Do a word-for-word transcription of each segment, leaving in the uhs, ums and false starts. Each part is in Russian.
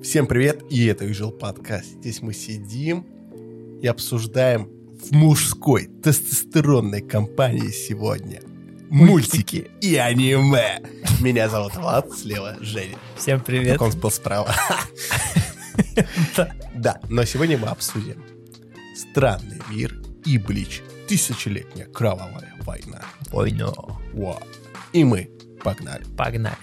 Всем привет, и это Visual подкаст. Здесь мы сидим и обсуждаем в мужской тестостеронной компании сегодня мультики, мультики и аниме. Меня зовут Влад, слева Женя. Всем привет. Так он был справа. Да, но сегодня мы обсудим Странный мир и Блич. Тысячелетняя кровавая война. Война. И мы погнали. Погнали.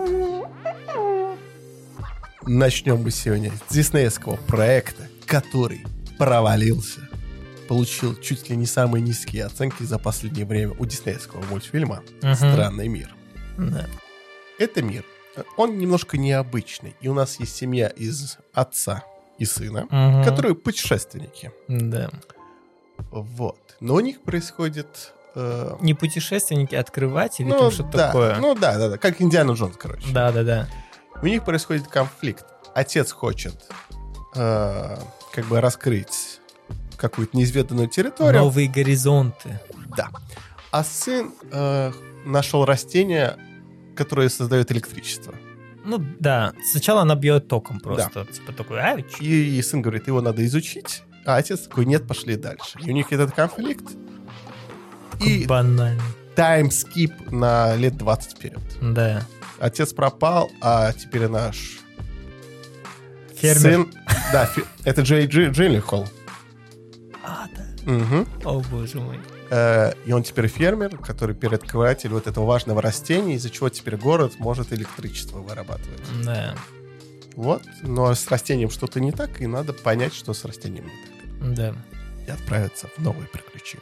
Начнем мы сегодня с диснеевского проекта, который провалился. Получил чуть ли не самые низкие оценки за последнее время у диснеевского мультфильма uh-huh. «Странный мир». Да. Это мир. Он немножко необычный. И у нас есть семья из отца и сына, uh-huh. которые путешественники. Да. Вот. Но у них происходит... Э... Не путешественники, а открыватели, ну, там что-то да. такое. Ну да, да, да. Как Индиана Джонс, короче. Да-да-да. У них происходит конфликт. Отец хочет э, как бы раскрыть какую-то неизведанную территорию. Новые горизонты. Да. А сын э, нашел растение, которое создает электричество. Ну да. Сначала она бьет током просто. Да. Типа такой, а, и, и сын говорит, его надо изучить. А отец такой, нет, пошли дальше. И у них этот конфликт. Такой и банальный. Таймскип на лет двадцать вперед. Да. Отец пропал, а теперь наш... Фермер. Сын, да, фи, это Джей Дж, Джилленхол. А, да. Угу. О, боже мой. Э, и он теперь фермер, который переоткрыватель вот этого важного растения, из-за чего теперь город может электричество вырабатывать. Да. Вот, но с растением что-то не так, и надо понять, что с растением не так. Да. И отправиться в новые приключения.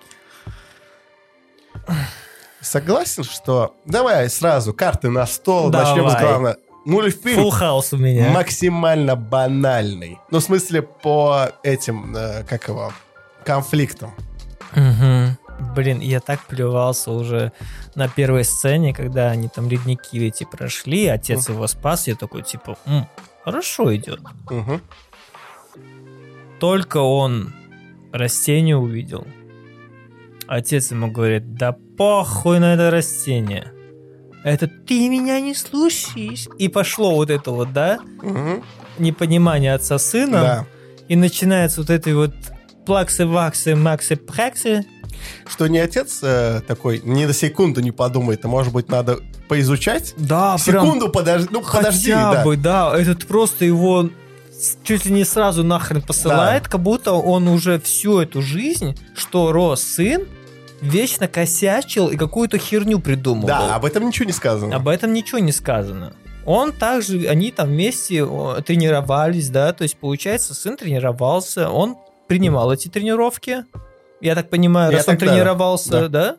Согласен, что... Давай сразу карты на стол, Давай. начнем с главного. Мультфильм Full House у меня. максимально банальный. Ну, в смысле, по этим, э, как его, конфликтам. Угу. Блин, я так плевался уже на первой сцене, когда они там ледники эти прошли, отец uh. его спас, я такой, типа, М, хорошо идет. Угу. Только он растение увидел. Отец ему говорит, да похуй на это растение. Это ты меня не слушаешь. И пошло вот это вот, да? Угу. Непонимание отца с сыном. Да. И начинается вот этой вот плаксы-ваксы, максы-праксы. Что не отец э, такой, ни на секунду не подумает, а может быть надо поизучать? Да, секунду прям подожди, ну подожди, хотя да. бы, да. Этот просто его чуть ли не сразу нахрен посылает, да. Как будто он уже всю эту жизнь, что рос сын, вечно косячил и какую-то херню придумывал. Да, об этом ничего не сказано. Об этом ничего не сказано. Он также, они там вместе тренировались, да, то есть, получается, сын тренировался, он принимал эти тренировки, я так понимаю, я раз он тогда, тренировался, да. да,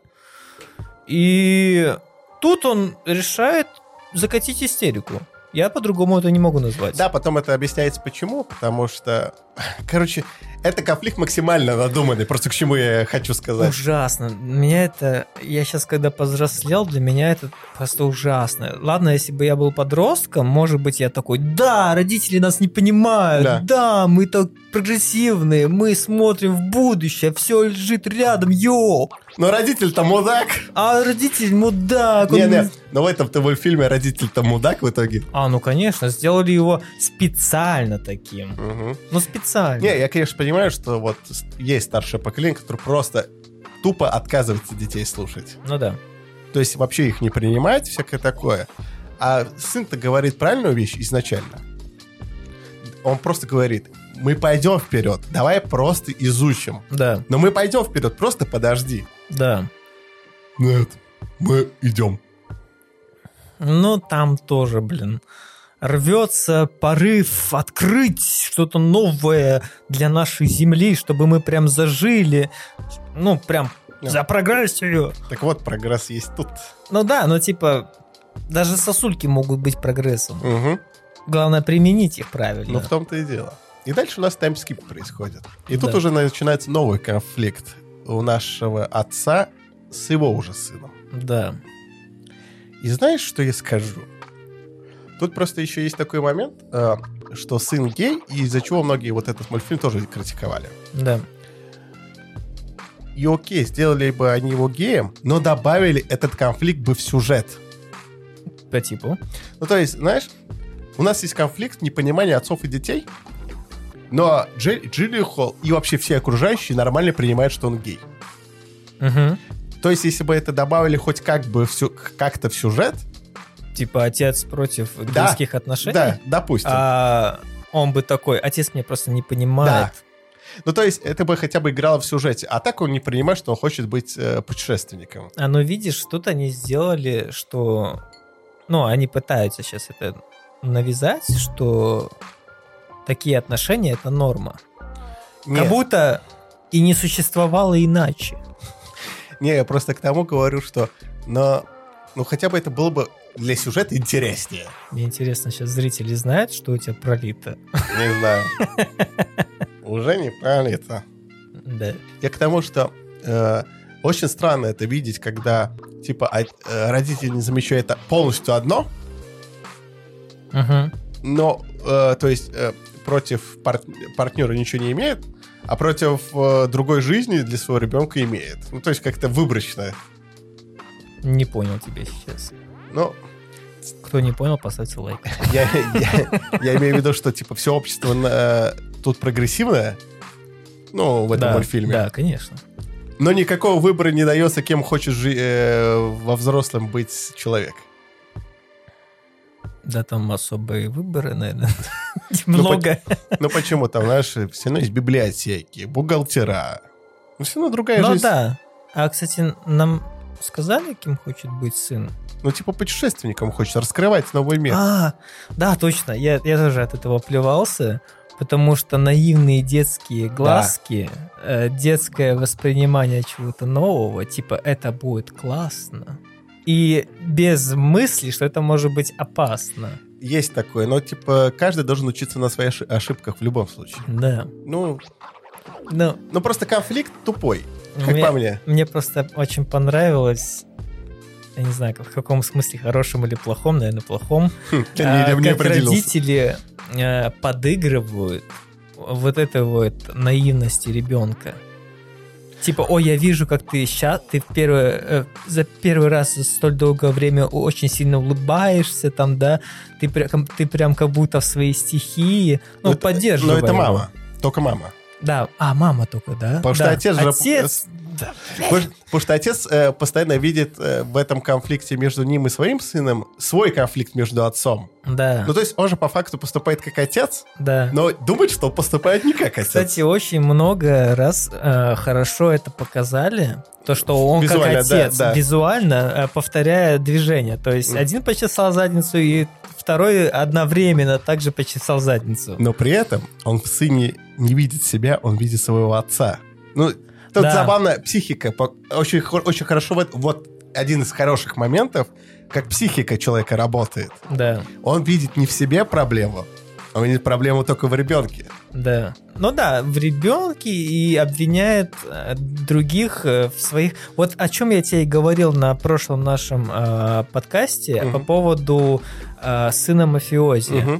и тут он решает закатить истерику. Я по-другому это не могу назвать. Да, потом это объясняется почему, потому что, короче, это конфликт максимально надуманный, просто к чему я хочу сказать. Ужасно. Меня это, я сейчас когда повзрослел, для меня это просто ужасно. Ладно, если бы я был подростком, может быть, я такой, да, родители нас не понимают, да, да мы так прогрессивные, мы смотрим в будущее, все лежит рядом, йоу. Но родитель-то мудак. А родитель мудак. Не, он... не, но в этом-то мультфильме родитель-то мудак в итоге. А, ну конечно, сделали его специально таким. Угу. Ну специально. Не, я, конечно, понимаю, что вот есть старшее поколение, которое просто тупо отказывается детей слушать. Ну да. То есть вообще их не принимать, всякое такое. А сын-то говорит правильную вещь изначально. Он просто говорит, мы пойдем вперед, давай просто изучим. Да. Но мы пойдем вперед, просто подожди. Да. Нет, мы идем. Ну, там тоже, блин, рвется порыв открыть что-то новое для нашей земли, чтобы мы прям зажили. Ну, прям да. За прогрессию. Так вот, прогресс есть тут. Ну да, но типа даже сосульки могут быть прогрессом. Угу. Главное применить их правильно. Ну, в том-то и дело. И дальше у нас таймскип происходит. И да. тут уже начинается новый конфликт у нашего отца с его уже сыном. Да. И знаешь, что я скажу? Тут просто еще есть такой момент, что сын гей, и из-за чего многие вот этот мультфильм тоже критиковали. Да. И окей, сделали бы они его геем, но добавили этот конфликт бы в сюжет. По типу? Ну, то есть, знаешь, у нас есть конфликт непонимания отцов и детей, но Дж- Джилленхол и вообще все окружающие нормально принимают, что он гей. Угу. То есть, если бы это добавили хоть как бы в сю- как-то в сюжет... Типа отец против Да, гейских отношений? Да, допустим. А он бы такой, отец меня просто не понимает. Да. Ну, то есть, это бы хотя бы играло в сюжете. А так он не принимает, что он хочет быть э, путешественником. А ну видишь, тут они сделали, что... Ну, они пытаются сейчас это навязать, что такие отношения — это норма. Нет. Как будто и не существовало иначе. Не, я просто к тому говорю, что... Но, ну, хотя бы это было бы для сюжета интереснее. Мне интересно, сейчас зрители знают, что у тебя пролито? Не знаю. Уже не пролито. Да. Я к тому, что э, очень странно это видеть, когда, типа, а, э, родители не замечают полностью одно, Угу. но, э, то есть, э, против пар- партнера ничего не имеет, а против э, другой жизни для своего ребенка имеет. Ну, то есть, как-то выборочно. Не понял тебя сейчас. Ну, Кто не понял, поставьте лайк. я, я, я имею в виду, что, типа, все общество э, тут прогрессивное, ну, в этом Да, мультфильме. да, конечно. Но никакого выбора не дается, кем хочет жи- э, во взрослом быть человек. Да, там особые выборы, наверное, Ну, много. Ну почему там, знаешь, все равно есть библиотеки, бухгалтера. Ну все равно другая Ну жизнь. да. А, кстати, нам сказали, кем хочет быть сын? Ну типа путешественником хочет раскрывать новый мир. А, да, точно. Я, я тоже от этого плевался, потому что наивные детские глазки, э, детское воспринимание чего-то нового, типа это будет классно. И без мысли, что это может быть опасно. Есть такое, но типа каждый должен учиться на своих ошиб- ошибках в любом случае. Да. Ну, Ну, ну просто конфликт тупой, как мне, по мне. мне просто очень понравилось, я не знаю, в каком смысле, хорошем или плохом, наверное, плохом, Хм, я а, не- не как определился. родители э, подыгрывают вот этой вот наивности ребенка. Типа, ой, я вижу, как ты сейчас, ты в первое, э, за первый раз за столь долгое время очень сильно улыбаешься, там, да, ты, прям- ты прям как будто в своей стихии, ну, это- поддерживай Но это его. мама, только мама. Да, а, мама только, да? Потому что Да. отец же- Отец, да. Потому, потому что отец э, постоянно видит э, в этом конфликте между ним и своим сыном свой конфликт между отцом. Да, Ну, то есть он же по факту поступает как отец, да. но думает, что он поступает не как отец. Кстати, очень много раз э, хорошо это показали. То, что он Визуально, как отец, да, да. визуально э, повторяя движение. То есть Мгм. один почесал задницу, и второй одновременно также почесал задницу. Но при этом он в сыне не видит себя, он видит своего отца. Ну, тут Да. забавно, психика. по- Очень, хо- очень хорошо, вот, вот один из хороших моментов, как психика человека работает. Да, Он видит не в себе проблему, он видит проблему только в ребенке. да. Ну да, в ребенке и обвиняет э, других э, в своих... Вот о чем я тебе и говорил на прошлом нашем э, подкасте Мгм. по поводу э, сына мафиози. Мгм.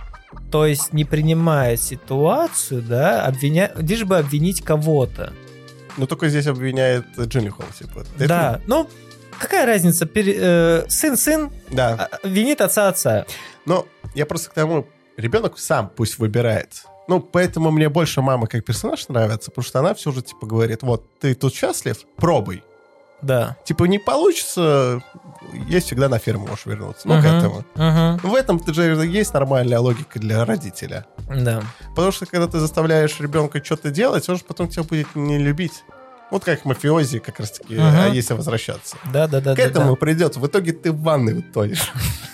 То есть не принимая ситуацию, да, обвиня... лишь бы обвинить кого-то. Ну, только здесь обвиняет Джилленхол, типа. Это- Да, ну, какая разница? Пере- э, сын-сын Да. а, винит отца-отца. Но я просто к тому, ребенок сам пусть выбирает. Ну, поэтому мне больше мама как персонаж нравится, потому что она все же, типа, говорит, вот, ты тут счастлив, пробуй. Да. Типа, не получится, есть всегда на ферму можешь вернуться. Ну, к Мгм, этому. мгм, В этом же есть нормальная логика для родителя. да. Потому что, когда ты заставляешь ребенка что-то делать, он же потом тебя будет не любить. Вот как мафиози, как раз таки, Мгм. а если возвращаться. Да, да, да. К да, этому да. придет. В итоге ты в ванной утонешь.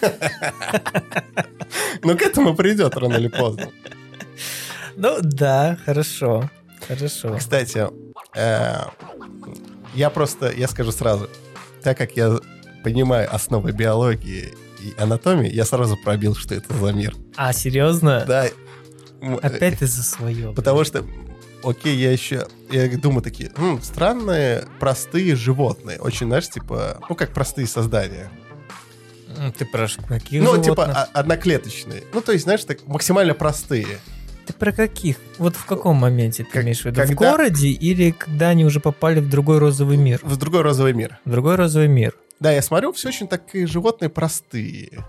Но к этому придет рано или поздно. Ну да, хорошо. Хорошо. Кстати, э, я просто, я скажу сразу, так как я понимаю основы биологии и анатомии, я сразу пробил, что это за мир. А, серьезно? Да. М, Опять ты за свое. Потому что, окей, я еще, я думаю такие, «М, странные, простые животные. Очень, знаешь, типа, ну, как простые создания. М, Ты про ш- каких Ну, животных? типа, а- одноклеточные. Ну, то есть, знаешь, так максимально простые. Ты про каких? Вот в каком моменте ты Как- имеешь в виду? В когда- городе или когда они уже попали в другой розовый мир? В другой розовый мир. В другой розовый мир. Да, я смотрю, все очень такие животные простые.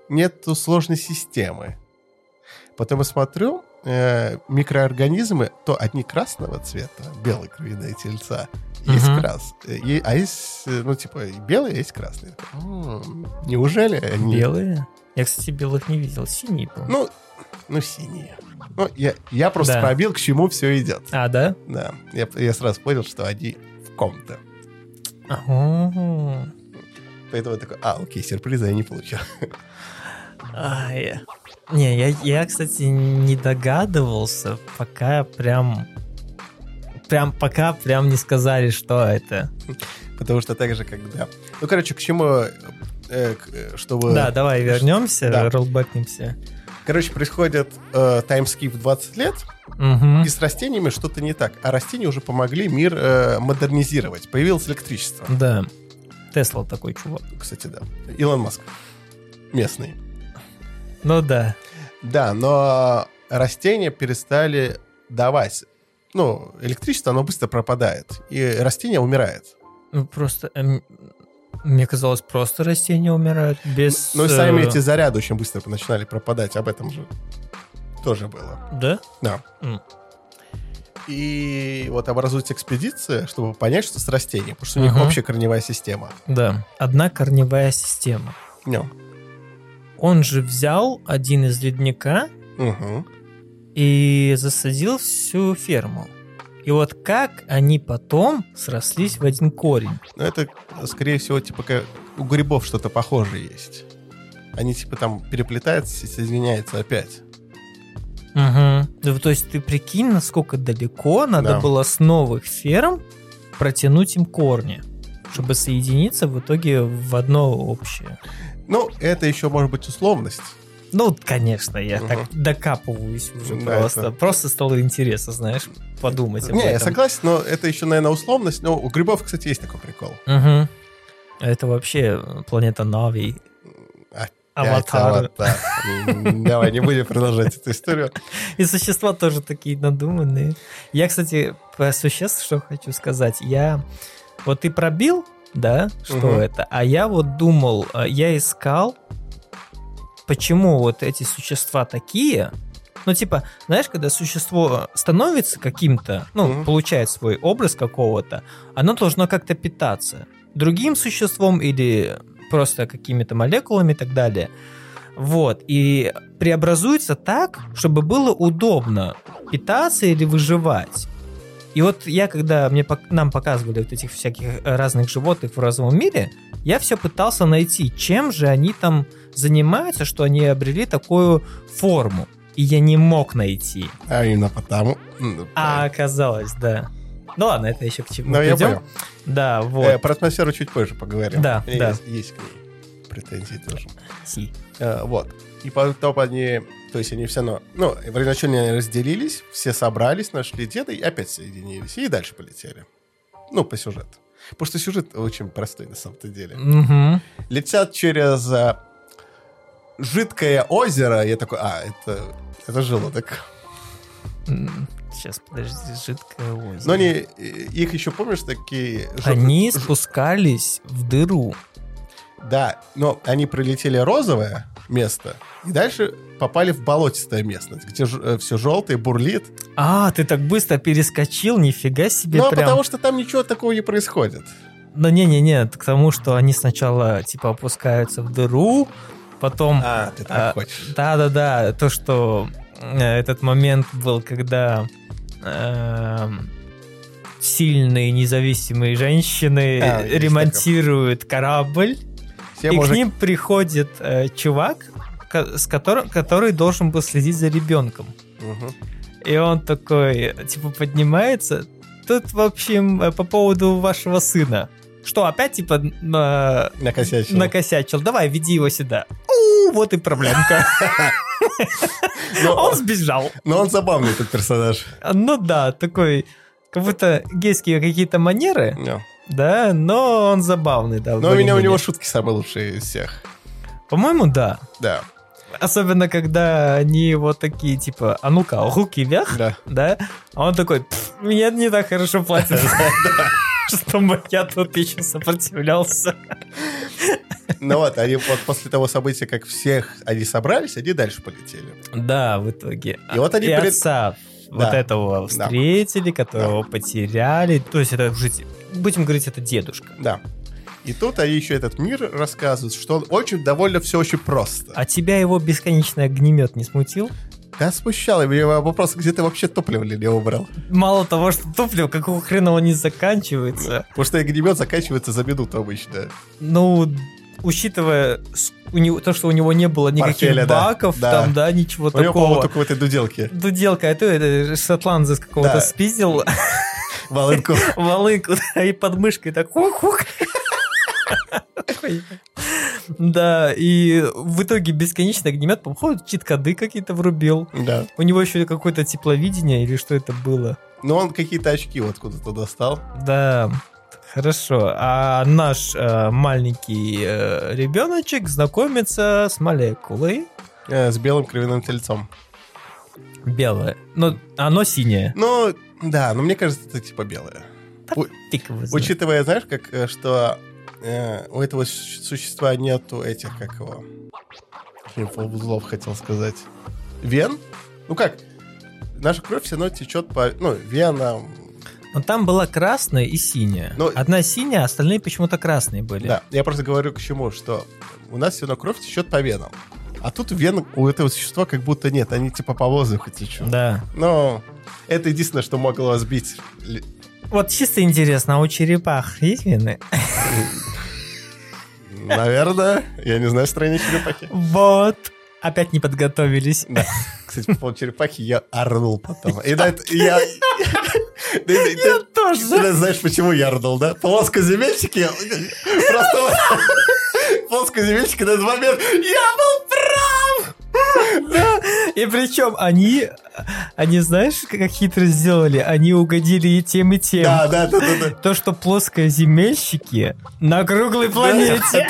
нету сложной системы. Потом я смотрю, э, микроорганизмы, то одни красного цвета, белые кровяные тельца, есть Мгм. крас, и- а есть, э, ну, типа, и белые, а есть красные. М, Неужели они... Белые? Я, кстати, белых не видел. Синие, по-моему. Ну, ну, синие. Ну, я, я просто Да. пробил, к чему все идет. А, да? Да, я, я сразу понял, что они в ком-то. Ага. Поэтому я такой, а, окей, сюрприза я не получил. А, я- Не, я, я, кстати, не догадывался, пока прям... Прям пока прям не сказали, что это. Потому что так же, когда... Ну, короче, к чему... э, к- чтобы... Да, давай вернемся, Да. роллбэкнемся. Короче, происходит э, таймскип в двадцать лет, Мгм. и с растениями что-то не так. А растения уже помогли мир э, модернизировать. Появилось электричество. Да. Тесла такой чувак. Кстати, да. Илон Маск. Местный. Ну да. Да, но растения перестали давать. Ну, электричество, оно быстро пропадает. И растение умирает. Ну, просто... эм, Мне казалось, просто растения умирают без... Ну и сами э, эти заряды очень быстро начинали пропадать. Об этом же тоже было. Да? Да. М. И вот образуется экспедиция, чтобы понять, что с растением. Потому что у них Ага. общая корневая система. Да. Одна корневая система. No. Он же взял один из ледника Угу. и засадил всю ферму. И вот как они потом срослись в один корень? Но это, скорее всего, типа как у грибов что-то похожее есть. Они типа там переплетаются и соединяются опять. Угу. Да, то есть ты прикинь, насколько далеко надо Да. было с новых ферм протянуть им корни, чтобы соединиться в итоге в одно общее. Ну, это еще может быть условность. Ну, конечно, я Мгм. так докапываюсь уже Да, просто. это- Просто стало интересно, знаешь, подумать об Не, я этом. согласен, но это еще, наверное, условность. Но у грибов, кстати, есть такой прикол. Мгм. Это вообще планета Нави. Опять Аватар. аватар. М, Давай, не будем продолжать эту историю. И существа тоже такие надуманные. Я, кстати, про существ что хочу сказать. Я... Вот ты пробил, да, что Мгм. это, а я вот думал, э, я искал, почему вот эти существа такие. Ну, типа, знаешь, когда существо становится каким-то, ну, Мгм. получает свой образ какого-то, оно должно как-то питаться другим существом или просто какими-то молекулами и так далее. Вот, и преобразуется так, чтобы было удобно питаться или выживать. И вот я, когда мне, пок- нам показывали вот этих всяких разных животных в розовом мире, я все пытался найти, чем же они там занимаются, что они обрели такую форму. И я не мог найти. А именно потому... м, А оказалось, да. Ну ладно, это еще к чему Ну, я придем. понял. Да, вот. Э, Про атмосферу чуть позже поговорим. Да, У меня да. Есть, есть к ней претензии тоже. Си. Э, Вот. И потом они... То есть они все равно... Ну, вначале они разделились, все собрались, нашли деда и опять соединились. И дальше полетели. Ну, по сюжету. Потому что сюжет очень простой на самом-то деле. Мгм. Летят через э, жидкое озеро. Я такой, а, это, это желудок. М, Сейчас, подожди, жидкое озеро. Но они, э, их еще, помнишь, такие... жё- Они ж- спускались в дыру. Да, но они пролетели розовое место и дальше попали в болотистая местность, где все желтое, бурлит. А, ты так быстро перескочил, нифига себе Ну, а прям. потому что там ничего такого не происходит. Ну, не-не-не, к тому, что они сначала, типа, опускаются в дыру, потом... А, ты так А, хочешь. Да-да-да, то, что э, этот момент был, когда эм, сильные независимые женщины А, есть ремонтируют корабль, Все и может- к ним приходит э, чувак, ко- с которым, который должен был следить за ребенком. Мгм. И он такой, типа, поднимается. Тут, в общем, э, по поводу вашего сына. Что, опять, типа, на- Накосячил. накосячил? Давай, веди его сюда. У, вот и проблемка. Но, Он сбежал. но он забавный, этот персонаж. Ну да, такой, как будто гейские какие-то манеры, No. да, но он забавный, да. Но у меня у более-менее. него шутки самые лучшие из всех. По-моему, да. Да, Особенно, когда они вот такие, типа, а ну-ка, руки вверх, да. да, а он такой, «Пф, мне не так хорошо платят. чтобы я тут еще сопротивлялся. Ну вот, они вот после того события, как всех они собрались, они дальше полетели. Да, в итоге. И вот они и перед- отца вот Да. этого встретили, которого потеряли. То есть это уже, будем говорить, это дедушка. Да. И тут они еще этот мир рассказывают, что он очень довольно все очень просто. А тебя его бесконечный огнемет не смутил? Да, смущало меня вопрос, где ты вообще топливо для него брал? Мало того, что топливо, какого хрена он не заканчивается. Потому что огнемет заканчивается за минуту обычно. Ну, учитывая с- у него, то, что у него не было никаких Портфеля, да. баков, Да. там, да, ничего У него, по-моему, такого. только в этой дуделке. Дуделка, а то это шотландец какого-то Да. спиздил Волынку. волынку, да, и под мышкой так хук-хук. Да, и в итоге бесконечный огнемет, походу, чит-коды какие-то врубил. Да. У него еще какое-то тепловидение или что это было. Но он какие-то очки вот куда-то достал. Да, хорошо. А наш э, маленький э, ребеночек знакомится с молекулой. э, С белым кровяным тельцом. Белое. Но оно синее. Ну, да, но мне кажется, это типа белое. У- Фиг его знает. Учитывая, знаешь, как, э, что э, у этого су- существа нету этих, как его... Узлов, хотел сказать. Вен? Ну как? Наша кровь все равно течет по... Ну, венам. Но там была красная и синяя. Но- Одна синяя, остальные почему-то красные были. Да, я просто говорю к чему, что у нас все равно кровь течет по венам. А тут вен у этого существа как будто нет, они типа по воздуху течут. Да. Но это единственное, что могло сбить. ли- Вот чисто интересно, а у черепах есть вены? Наверное, я не знаю строение черепахи. Вот. Опять не подготовились. Да. Кстати, по поводу черепахи я орнул потом. И на это я... Да, да, Я ты- тоже. Ты знаешь, почему я орнул, да? Плоскоземельщики просто... Плоскоземельщики на этот момент... Я был прав! Да. И причем они, они знаешь, как хитро сделали? Они угодили и тем, и тем. Да, да, да, да, да. То, что плоскоземельщики на круглой планете.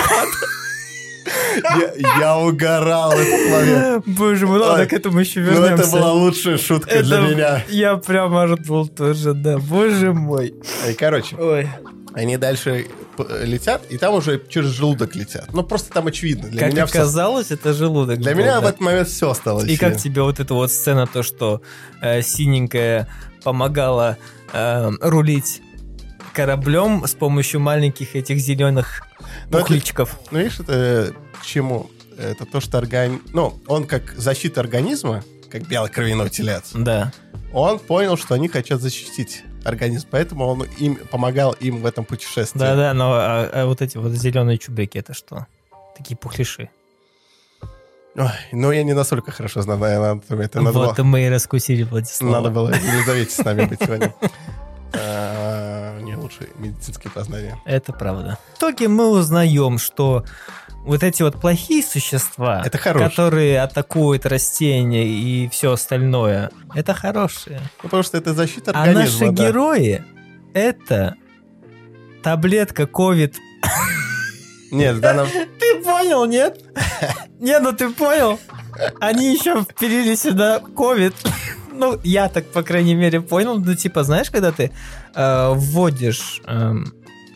Я, я угорал этот момент. Боже мой, ладно, Ой, к этому еще Ну, вернемся. это была лучшая шутка Это для меня. Я прямо орнул тоже, да. Боже мой. И, короче, Ой. они дальше п- летят, и там уже через желудок летят. Ну, просто там очевидно. Для Как меня, всё- оказалось, это желудок. для был, меня в да. этот момент все стало И очевидно. как тебе вот эта вот сцена, то, что э, синенькая помогала э, рулить кораблем с помощью маленьких этих зеленых Но это- пухличков. Ну, видишь, это к чему? Это то, что организм... Ну, он как защита организма, как белый кровяной телец, Да. он понял, что они хотят защитить организм, поэтому он им помогал им в этом путешествии. Да-да, но а, а вот эти вот зеленые чубрики, это что? Такие пухляши. Ой, ну, я не настолько хорошо знаю анатомию. Это надо, Вот было, мы и раскусили Владислава. надо было Елизавете с нами быть сегодня. А, У нее лучшие медицинские познания. Это правда. В итоге мы узнаем, что вот эти вот плохие существа, Это хорошие. которые атакуют растения и все остальное, это хорошие. Ну, потому что это защита А организма, наши да. герои — это таблетка ковид. Нет, в данном... Ты понял, нет? Не, ну ты понял? Они еще впилили сюда ковид. Ну, я так, по крайней мере, понял. Ну, типа, знаешь, когда ты э, вводишь эм,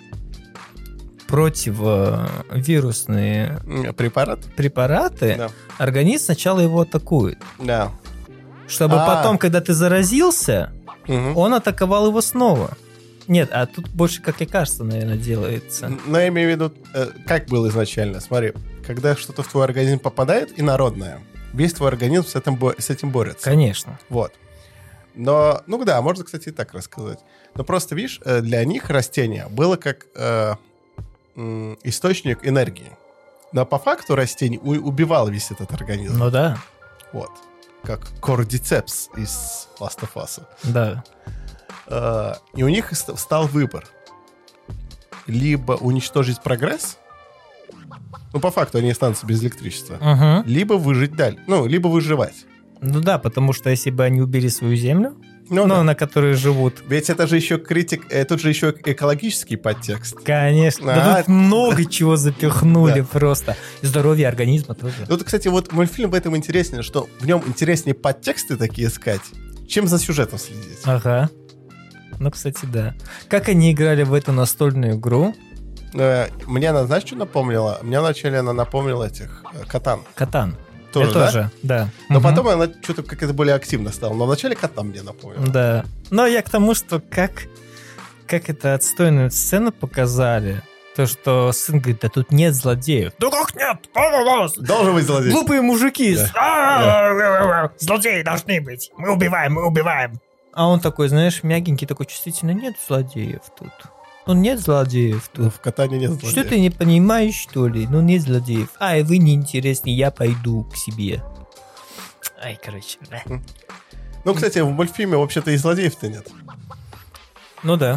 противовирусные Препарат? препараты, Да. организм сначала его атакует. Да. Чтобы А. потом, когда ты заразился, Мгм. он атаковал его снова. Нет, а тут больше как лекарство, наверное, делается. Но я имею в виду, э, как было изначально. Смотри, когда что-то в твой организм попадает, инородное, весь твой организм с этим, бо- с этим борется. Конечно. Вот. Но, ну да, можно, кстати, и так рассказать. Но просто, видишь, э, для них растение было как э, м, источник энергии. Но по факту растение у- убивало весь этот организм. Ну да, Вот. Как кордицепс из Last of Us. да. Э, и у них ст- стал выбор. Либо уничтожить прогресс, ну, по факту они останутся без электричества, Угу. либо выжить дальше, ну, либо выживать. Ну да, потому что если бы они убили свою землю, Ну, ну, да. на которой живут, Ведь это же еще критик, э, тут же еще экологический подтекст. конечно, А, да тут много чего запихнули Да. просто. И здоровье организма тоже. Вот, кстати, вот мультфильм в этом интереснее, что в нем интереснее подтексты такие искать, чем за сюжетом следить. Ага. Ну, кстати, да. Как они играли в эту настольную игру? Мне она, знаешь, что напомнила? Мне вначале она напомнила этих Катан. Катан. Тоже, Я да? тоже, да. Но угу. потом она что-то как-то более активно стала. Но вначале Катан мне напомнила. Да. Но я к тому, что как, как это отстойную сцену показали, то, что сын говорит, да тут нет злодеев. Да как нет? Должен быть злодей. Глупые мужики. Да. Злодеи должны быть. Мы убиваем, мы убиваем. А он такой, знаешь, мягенький, такой чувствительный. Нет злодеев тут. Ну, нет злодеев тут. Ну, в Катане нет злодеев. Что ты не понимаешь, что ли? Ну, нет злодеев. Ай, вы неинтересны, я пойду к себе. Ай, короче. Ну, кстати, в мультфильме вообще-то и злодеев-то нет. Ну да.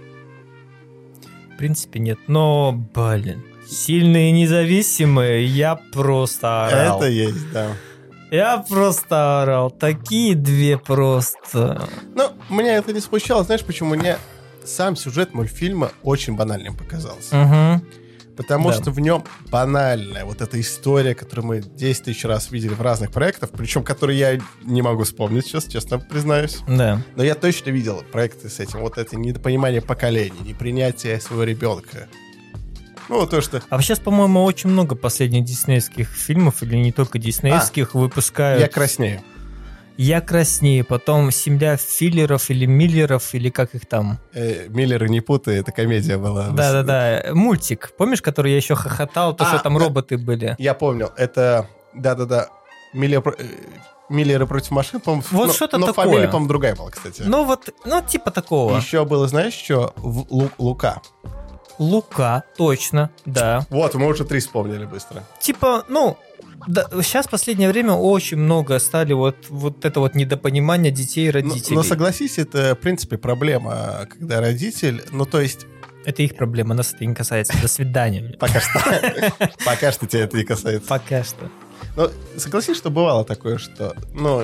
В принципе, нет. Но, блин, сильные и независимые, я просто орал. Это есть, да. Я просто орал. Такие две просто. Ну, меня это не смущало. Знаешь, почему? Мне сам сюжет мультфильма очень банальным показался. Угу. Потому Да. что в нем банальная вот эта история, которую мы десять тысяч раз видели в разных проектах, причем которые я не могу вспомнить сейчас, честно признаюсь. Да. Но я точно видел проекты с этим. Вот это недопонимание поколений, непринятие своего ребенка. Ну, то, что... А сейчас, по-моему, очень много последних диснеевских фильмов, или не только диснеевских, выпускают... Я краснею. Я краснею, потом «Семья филлеров» или «Миллеров», или как их там. Э, Миллеры не путай, это комедия была. Да-да-да, мультик. Помнишь, который я еще хохотал, то, А, что там да. роботы были? Я помнил, это... Да-да-да. Миллер... э, Миллеры против машин, по-моему. Вот но, что-то но такое. фамилия, по-моему, другая была, кстати. Ну вот, ну типа такого. Еще было, знаешь, что? В- Лу- Лука. Лука, точно, да. Вот, мы уже три вспомнили быстро. Типа, ну, да, сейчас в последнее время очень много стали вот, вот это вот недопонимание детей и Но, родителей. но согласись, это, в принципе, проблема, когда родитель... Ну, то есть... Это их проблема, нас это не касается. До свидания. Пока что... Пока что тебя это не касается. Пока что. Но согласись, что бывало такое, что... Ну,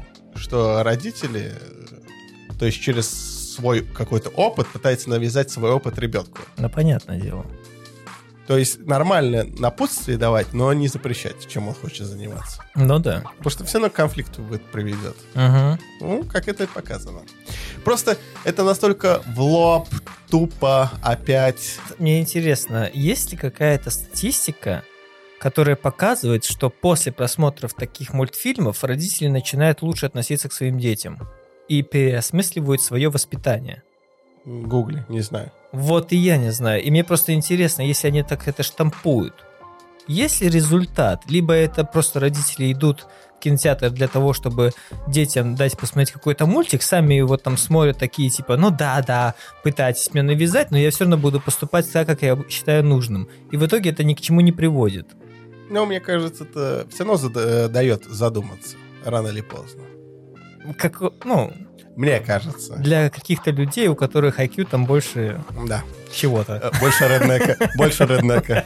что родители... То есть через свой какой-то опыт пытаются навязать свой опыт ребенку. Ну, понятное дело. То есть нормально напутствие давать, но не запрещать, чем он хочет заниматься. Ну да. Потому что все равно к конфликту будет приведет. Угу. Ну, как это и показано. Просто это настолько в лоб, тупо, опять. Мне интересно, есть ли какая-то статистика, которая показывает, что после просмотров таких мультфильмов родители начинают лучше относиться к своим детям и переосмысливают свое воспитание? Гугли, не знаю. Вот и я не знаю. И мне просто интересно, если они так это штампуют, есть ли результат? Либо это просто родители идут в кинотеатр для того, чтобы детям дать посмотреть какой-то мультик, сами его там смотрят такие, типа, ну да-да, пытайтесь меня навязать, но я все равно буду поступать так, как я считаю нужным. И в итоге это ни к чему не приводит. Ну, мне кажется, это все равно зада- дает задуматься, рано или поздно. Как, ну, Мне кажется. для каких-то людей, у которых ай кью там больше Да. чего-то. Э, Больше реднека. Больше реднека.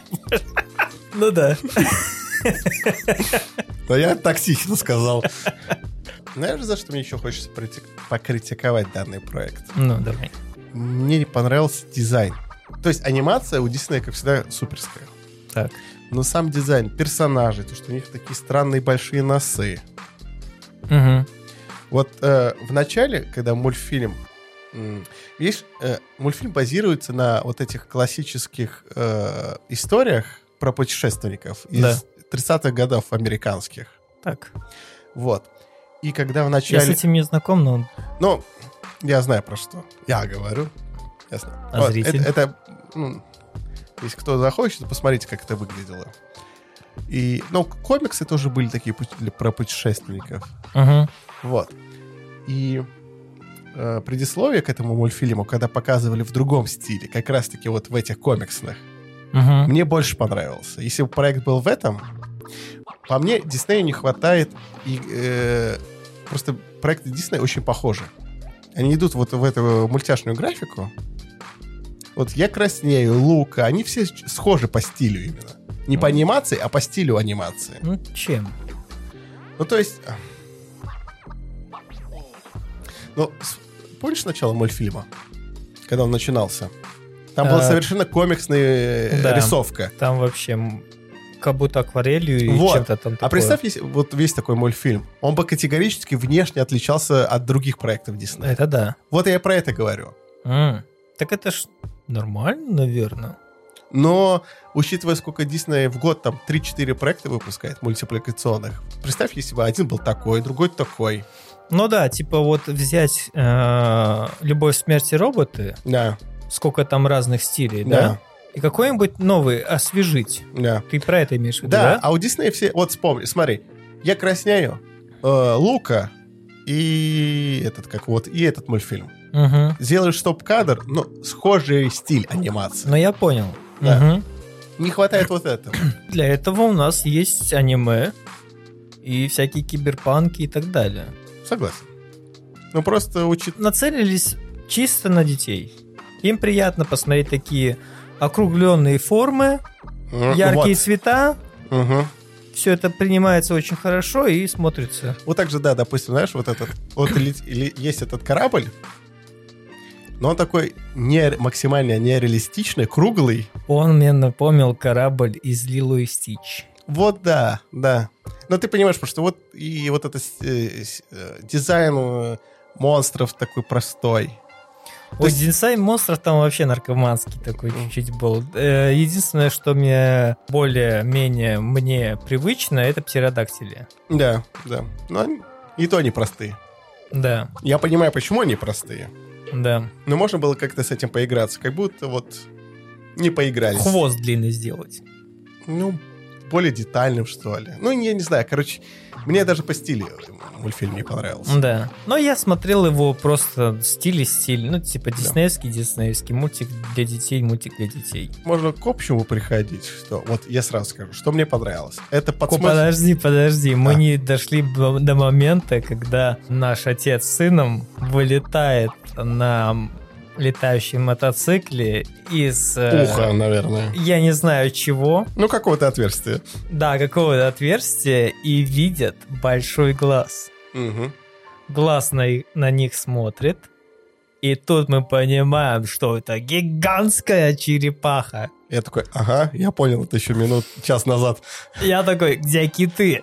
Ну да. Но я токсично сказал. Знаешь, за что мне еще хочется прити- покритиковать данный проект? Ну, давай. Мне не понравился дизайн. То есть анимация у Диснея, как всегда, суперская. Так. Но сам дизайн, персонажи, то, что у них такие странные большие носы. Угу. Вот э, в начале, когда мультфильм... м, Видишь, э, мультфильм базируется на вот этих классических э, историях про путешественников из Да. тридцатых годов американских. Так. Вот. И когда в Я начале... с этим не знаком, но... Ну, я знаю про что. Я говорю. Ясно. А Вот, зритель? Это, это, ну, если кто захочет, то посмотрите, как это выглядело. И, ну, комиксы тоже были такие пути- про путешественников. Угу. Вот. И э, предисловие к этому мультфильму, когда показывали в другом стиле, как раз-таки вот в этих комиксных, Угу. мне больше понравился. Если бы проект был в этом, по мне, Диснею не хватает... И, э, просто проекты Диснея очень похожи. Они идут вот в эту мультяшную графику. Вот «Я краснею», «Лука», они все схожи по стилю именно. Не по анимации, а по стилю анимации. Ну, чем? Ну, то есть... Ну, с- помнишь начало мультфильма? Когда он начинался? Там была А, совершенно комиксная э, да. рисовка. Там вообще м, как будто акварелью и вот. чем-то там такое. А представь, если вот весь такой мультфильм, он бы категорически внешне отличался от других проектов Диснея. Это да. Вот я про это говорю. Mm. Так это ж нормально, наверное. Но, учитывая, сколько Дисней в год там три-четыре проекта выпускает мультипликационных, представь, если бы один был такой, другой такой. Ну да, типа вот взять э, «Любовь, смерть и роботы», да. сколько там разных стилей, да, да? И какой-нибудь новый освежить. Да. Ты про это имеешь в виду, да? да? А у Диснея все... Вот вспомни, смотри, я краснею, э, Лука и этот, как вот, и этот мультфильм. Угу. Сделаешь стоп-кадр, но схожий стиль анимации. Ну, я понял. Да. Угу. Не хватает вот этого. Для этого у нас есть аниме и всякие киберпанки и так далее. Согласен. Ну, просто учит... Нацелились чисто на детей. Им приятно посмотреть такие округленные формы, яркие вот. цвета. Угу. Все это принимается очень хорошо и смотрится. Вот так же, да, допустим, знаешь, вот этот... Вот или, или есть этот корабль, но он такой не, максимально нереалистичный, круглый. Он мне напомнил корабль из Лило и Стич. Вот да, да. Но ты понимаешь, потому что вот и вот этот э, э, дизайн э, монстров такой простой. Вот есть... дизайн монстров там вообще наркоманский такой mm. чуть-чуть был. Единственное, что мне более-менее мне привычно, это птеродактили. Да, да. Но и то они простые. Да. Я понимаю, почему они простые. Да. Но можно было как-то с этим поиграться, как будто вот не поигрались. Хвост длинный сделать. Ну, более детальным, что ли. Ну, я не знаю, короче, мне даже по стилю мультфильм не понравился. Да. Но я смотрел его просто стиль и стиль. Ну, типа диснеевский, да. диснеевский мультик для детей, мультик для детей. Можно к общему приходить, что... Вот я сразу скажу, что мне понравилось. Это подсмотр... Подожди, подожди. А. Мы не дошли до момента, когда наш отец с сыном вылетает на... летающем мотоцикле из... Уха, э, наверное. Я не знаю чего. Ну, какого-то отверстия. Да, какого-то отверстия. И видят большой глаз. Угу. Глаз на, на них смотрит. И тут мы понимаем, что это гигантская черепаха. Я такой, ага, я понял, это еще минут, час назад. Я такой, где киты?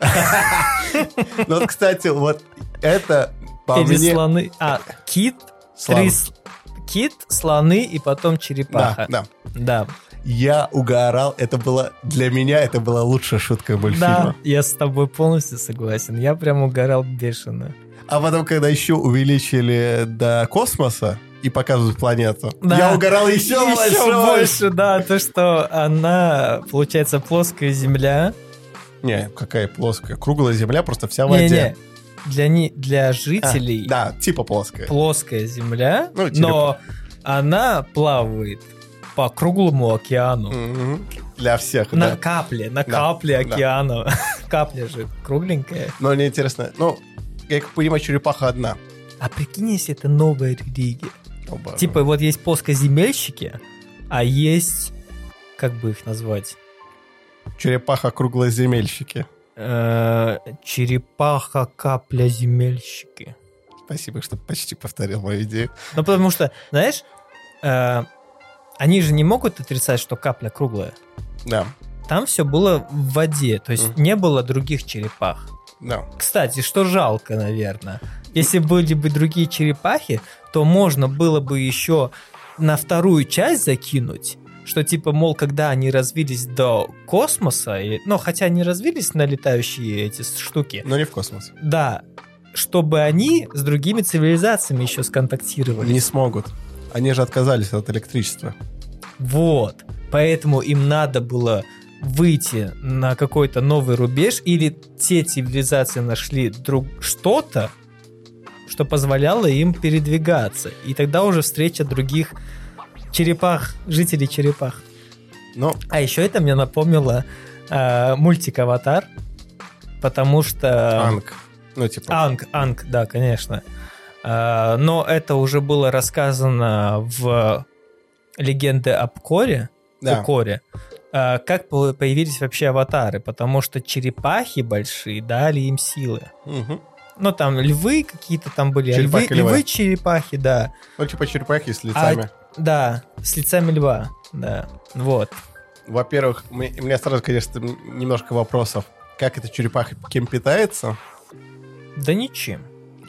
Ну, вот, кстати, вот это по мне... Или слоны. А, кит... Три... Кит, слоны и потом черепаха. Да, да. Да. Я угорал. Это было... Для меня это была лучшая шутка мультфильма. Да, я с тобой полностью согласен. Я прям угорал бешено. А потом, когда еще увеличили до космоса и показывают планету, да. я угорал еще, еще больше. Еще больше, да. То, что она, получается, плоская Земля. Не, какая плоская? Круглая Земля, просто вся в воде. Не-не. Для, не, для жителей... А, да, типа плоская. Плоская Земля, ну, типа... но она плавает по круглому океану. Mm-hmm. Для всех, на да. капле, на да. капле океана. Да. Капля же кругленькая. Но мне интересно, ну, я как понимаю, черепаха одна. А прикинь, если это новая религия. Оба. Типа вот есть плоскоземельщики, а есть... Как бы их назвать? Черепаха-круглоземельщики. Черепаха-капля-земельщики. Спасибо, что почти повторил мою идею. Ну, потому что, знаешь, э, они же не могут отрицать, что капля круглая. Да. Там все было в воде, то есть mm. не было других черепах. Да. Кстати, что жалко, наверное. Если были бы другие черепахи, то можно было бы еще на вторую часть закинуть, что типа, мол, когда они развились до космоса, и, ну, хотя они развились на летающие эти штуки. Но не в космос. Да, чтобы они с другими цивилизациями еще сконтактировали. Не смогут. Они же отказались от электричества. Вот. Поэтому им надо было выйти на какой-то новый рубеж, или те цивилизации нашли друг... что-то, что позволяло им передвигаться. И тогда уже встреча других черепах, жителей черепах. Но... А еще это мне напомнило э, мультик «Аватар», потому что... Анг. Ну, типа... Анг, Анг, да, конечно. Э, но это уже было рассказано в «Легенде об Коре», да. о Коре, э, как появились вообще аватары, потому что черепахи большие дали им силы. Угу. Ну, там львы какие-то там были, львы, львы, черепахи, да. Ну, типа черепахи с лицами. А, да, с лицами льва, да, вот. во-первых, у меня сразу, конечно, немножко вопросов. Как эта черепаха кем питается? Да ничем.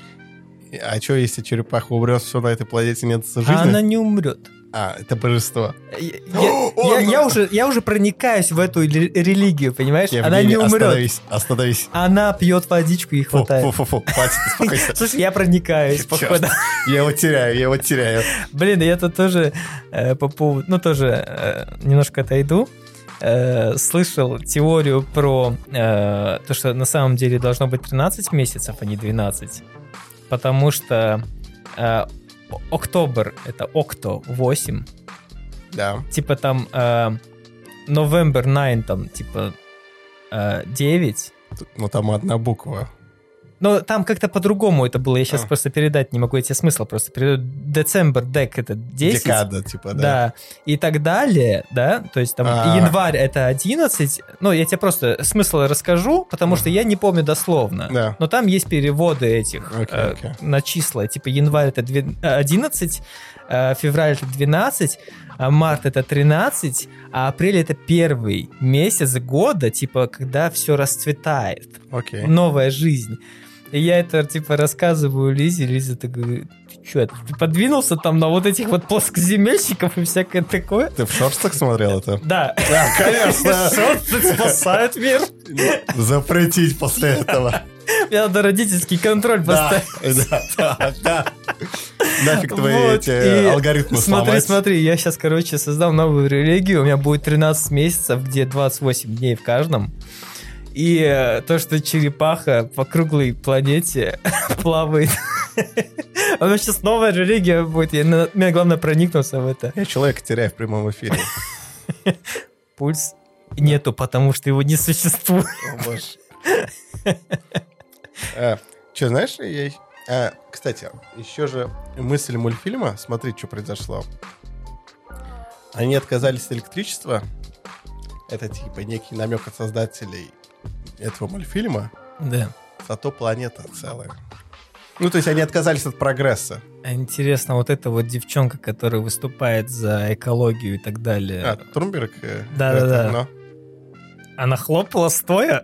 А что, если черепаха умрет, все на этой планете нет жизни? А она не умрет. А, это божество. Я, я, я, я, уже, я уже проникаюсь в эту религию, понимаешь? Евгений, она не умрет. Остановись, остановись. Она пьет водичку и хватает. Фу-фу-фу, хватит, успокойся. Слушай, я проникаюсь, походу. Я его теряю, я его теряю. Блин, я тут тоже э, по поводу... Ну, тоже э, немножко отойду. Э, слышал теорию про э, то, что на самом деле должно быть тринадцать месяцев, а не двенадцать. Потому что... Э, Октобер — это окто восемь. Да. Типа там э, November девять, там типа э, девять. Ну там одна буква. Но там как-то по-другому это было. Я сейчас а. просто передать не могу, я тебе смысл просто передаю. December дек — это десять. Декада, типа, да. Да. И так далее, да. То есть там А-а-а. январь — это одиннадцать. Ну, я тебе просто смысл расскажу, потому что я не помню дословно. Да. Но там есть переводы этих okay, э, okay. на числа. Типа январь — это одиннадцать, э, февраль — это двенадцать, а март — это тринадцать, а апрель — это первый месяц года, типа, когда все расцветает. Okay. Новая жизнь. И я это, типа, рассказываю Лизе, Лиза так говорит: ты что, ты подвинулся там на вот этих вот плоскоземельщиков и всякое такое? Ты в шортах смотрел это? Да. Да, конечно. Шорты спасают мир. Запретить после этого. Мне надо родительский контроль поставить. Да, да, да. Нафиг твои эти алгоритмы сломать. Смотри, смотри, я сейчас, короче, создал новую религию, у меня будет тринадцать месяцев, где двадцать восемь дней в каждом. И э, то, что черепаха по круглой планете плавает. Она сейчас новая религия будет. Я, мне главное проникнуться в это. Я человека теряю в прямом эфире. Пульс нету, потому что его не существует. О, боже. А, что, знаешь, я... а, кстати, еще же мысль мультфильма. Смотри, что произошло. Они отказались от электричества. Это типа некий намек от создателей этого мультфильма. Да. Зато планета целая. Ну, то есть они отказались от прогресса. Интересно, вот эта вот девчонка, которая выступает за экологию и так далее. А, Трумберг? Да-да-да. Но... Она хлопала стоя?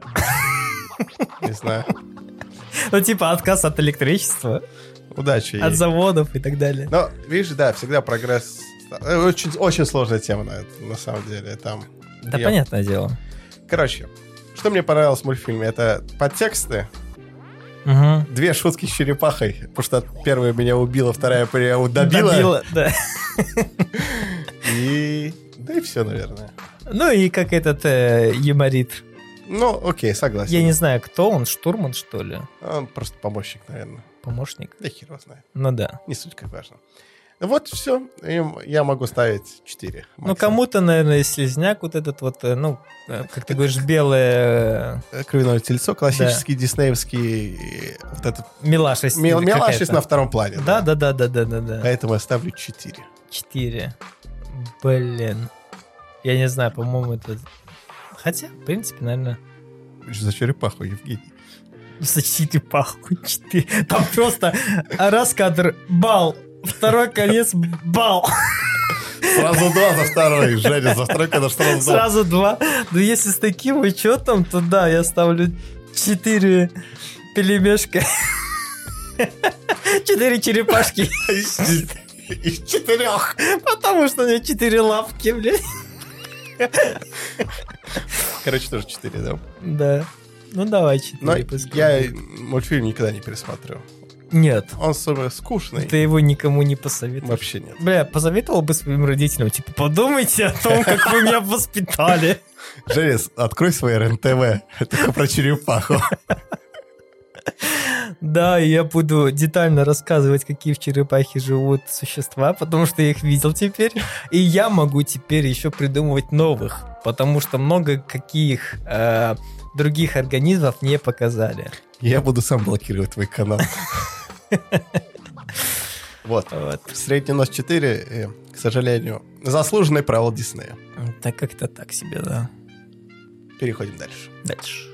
Не знаю. Ну, типа отказ от электричества. Удачи ей. От заводов и так далее. Но, видишь, да, всегда прогресс... Очень, очень сложная тема на, это, на самом деле. Там... Да, Я... понятное дело. Короче, что мне понравилось в мультфильме, это подтексты. Угу. Две шутки с черепахой, потому что первая меня убила, вторая меня добила. Добила, да. И... Да и все, наверное. Ну и как этот э, юморит. Ну, окей, согласен. Я не знаю, кто он, штурман, что ли? Он просто помощник, наверное. Помощник? Да хер его знает. Ну да. Не суть как важно. Вот все, я могу ставить четыре. Ну, кому-то, наверное, слизняк вот этот вот, ну, как ты говоришь, белое... Кровяное тельцо, классический да. диснеевский... Вот этот... Милашесть. Мил, милашесть на втором плане. Да, да, да, да, да, да, да. Поэтому я ставлю четыре. четыре. Блин. Я не знаю, по-моему, это... Хотя, в принципе, наверное... За черепаху, Евгений. За черепаху четыре. Там просто раз кадр бал, второй конец бал. Сразу два за второй, Женя, за второй кадр сразу два. Сразу два. Ну, если с таким учетом, то да, я ставлю четыре пелемешка. Четыре черепашки. Из четырех. Потому что у меня четыре лапки, блядь. Короче, тоже четыре, да? Да. Ну, давай четыре. Но я мультфильм никогда не пересмотрю. Нет. Он самый скучный. Ты его никому не посоветуешь? Вообще нет. Бля, посоветовал бы своим родителям, типа, подумайте о том, как вы меня воспитали. Женя, открой свой эр эн тэ вэ. Это про черепаху. Да, и я буду детально рассказывать, какие в черепахе живут существа, потому что я их видел теперь. И я могу теперь еще придумывать новых, потому что много каких э, других организмов не показали. Я буду сам блокировать твой канал. Вот. Средний нос четыре, к сожалению, заслуженный провал Диснея. Так как-то так себе, да. Переходим дальше. Дальше.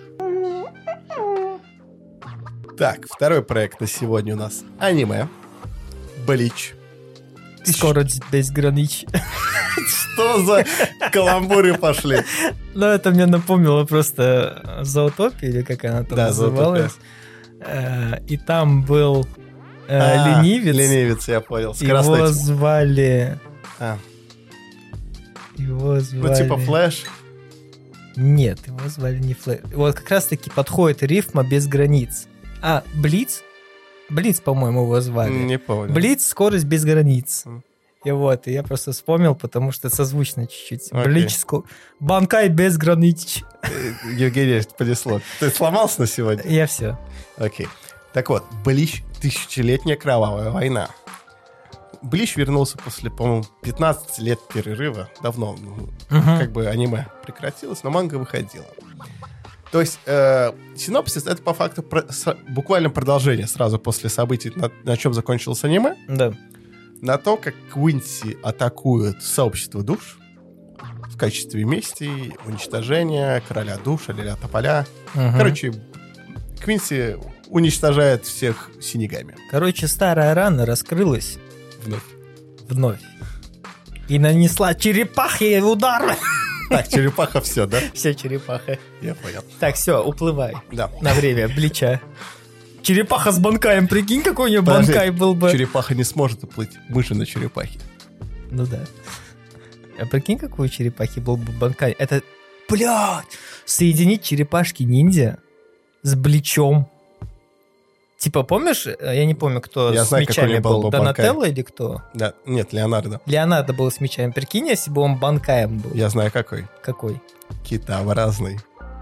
Так, второй проект на сегодня у нас аниме. Блич. Скорость безгранична. Что за каламбуры пошли? Ну, это мне напомнило просто Зоотопия, или как она там Да, называлась. И там был ленивец. Ленивец, я понял. Его звали... А. Его звали... Ну, типа Флэш? Нет, его звали не Флэш. Вот как раз-таки подходит рифма без границ. А, Блиц? Блиц, по-моему, его звали. Не помню. Блиц, скорость без границ. Mm. И вот, и я просто вспомнил, потому что созвучно чуть-чуть. Okay. Блиц, Банкай без границ. Евгений, понесло. Ты сломался на сегодня? Я все. Окей. Так вот, Блич — тысячелетняя кровавая война. Блич вернулся после, по-моему, пятнадцати лет перерыва. Давно. Uh-huh. Как бы аниме прекратилось, но манга выходила. То есть э, синопсис — это по факту про, с, буквально продолжение сразу после событий, на, на чем закончилось аниме. Да. На то, как Квинси атакует сообщество душ в качестве мести, уничтожения короля душ, а-ля тополя. Uh-huh. Короче, Квинси уничтожает всех синегами. Короче, старая рана раскрылась. Вновь. Вновь. И нанесла черепахе удар. Так, черепаха все, да? Все черепаха. Я понял. Так, все, уплывай. Да. На время Блича. Черепаха с банкаем, прикинь, какой у нее Подожди, банкай был бы. Черепаха не сможет уплыть. Мы же на черепахе. Ну да. А прикинь, какой у черепахи был бы банкай. Это, блядь, соединить черепашки-ниндзя с Бличом. Типа, помнишь, я не помню, кто я с знаю, мечами был, был Донателло или кто? Да, нет, Леонардо. Леонардо был с мечами. Прикинь, если бы он банкаем был. Я знаю, какой. Какой? Китообразный.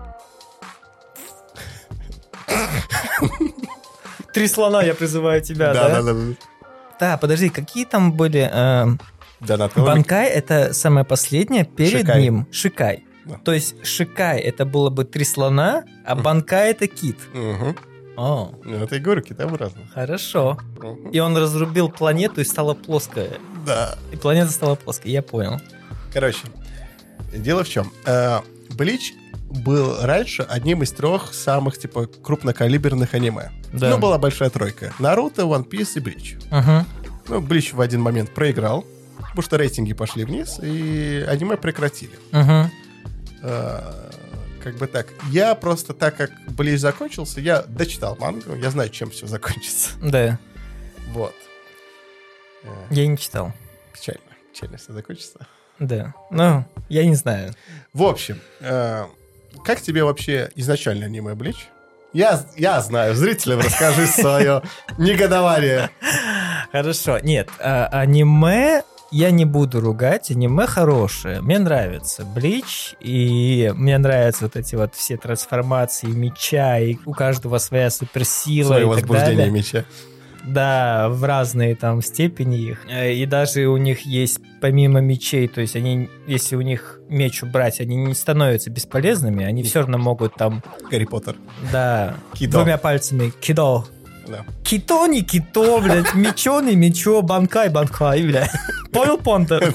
Три слона, я призываю тебя, да? Да, да, да. Да, подожди, какие там были... Э, банкай — это самое последнее, перед Шикай. ним Шикай. Да. То есть Шикай — это было бы три слона, а банкай — это кит. Угу. О. Ну, это и говорю, китообразный. Хорошо. Угу. И он разрубил планету и стала плоская. Да. И планета стала плоской, я понял. Короче, дело в чем. Блич был раньше одним из трех самых, типа, крупнокалиберных аниме. Да. Ну, была большая тройка. Наруто, One Piece и Блич. Угу. Ну, Блич в один момент проиграл, потому что рейтинги пошли вниз, и аниме прекратили. Угу. А, как бы так. Я просто, так как Блич закончился, я дочитал мангу, я знаю, чем все закончится. Да. Вот. Я не читал. Печально. Печально все закончится. Да. Ну, я не знаю. В общем, э, как тебе вообще изначально аниме Блич? Я, я знаю, зрителям расскажи свое негодование. Хорошо. Нет, а, аниме я не буду ругать. Аниме хорошее. Мне нравится Блич, и мне нравятся вот эти вот все трансформации меча, и у каждого своя суперсила. Свое и так возбуждение далее. меча. Да, в разные там степени их. И даже у них есть помимо мечей, то есть они, если у них меч убрать, они не становятся бесполезными, они все равно могут там... Гарри Поттер. Да, Кидо. двумя пальцами кидо. Да. Кито не кито, блядь, мечо не мечо, банкай банкай, блядь. Понял, Понтер?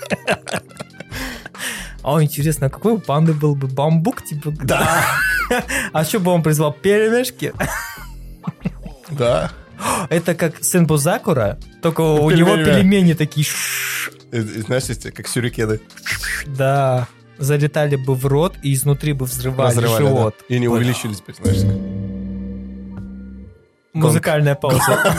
О, интересно, а какой у панды был бы бамбук, типа? Да. А что бы он призвал? Пельмешки? Да. Это как Сенбузакура, только у Пельмени. него пельмени такие... Знаешь, как сюрикены. Да, залетали бы в рот и изнутри бы взрывали, Разрывали, живот. Да. И не увеличились, понимаешь? Музыкальная пауза.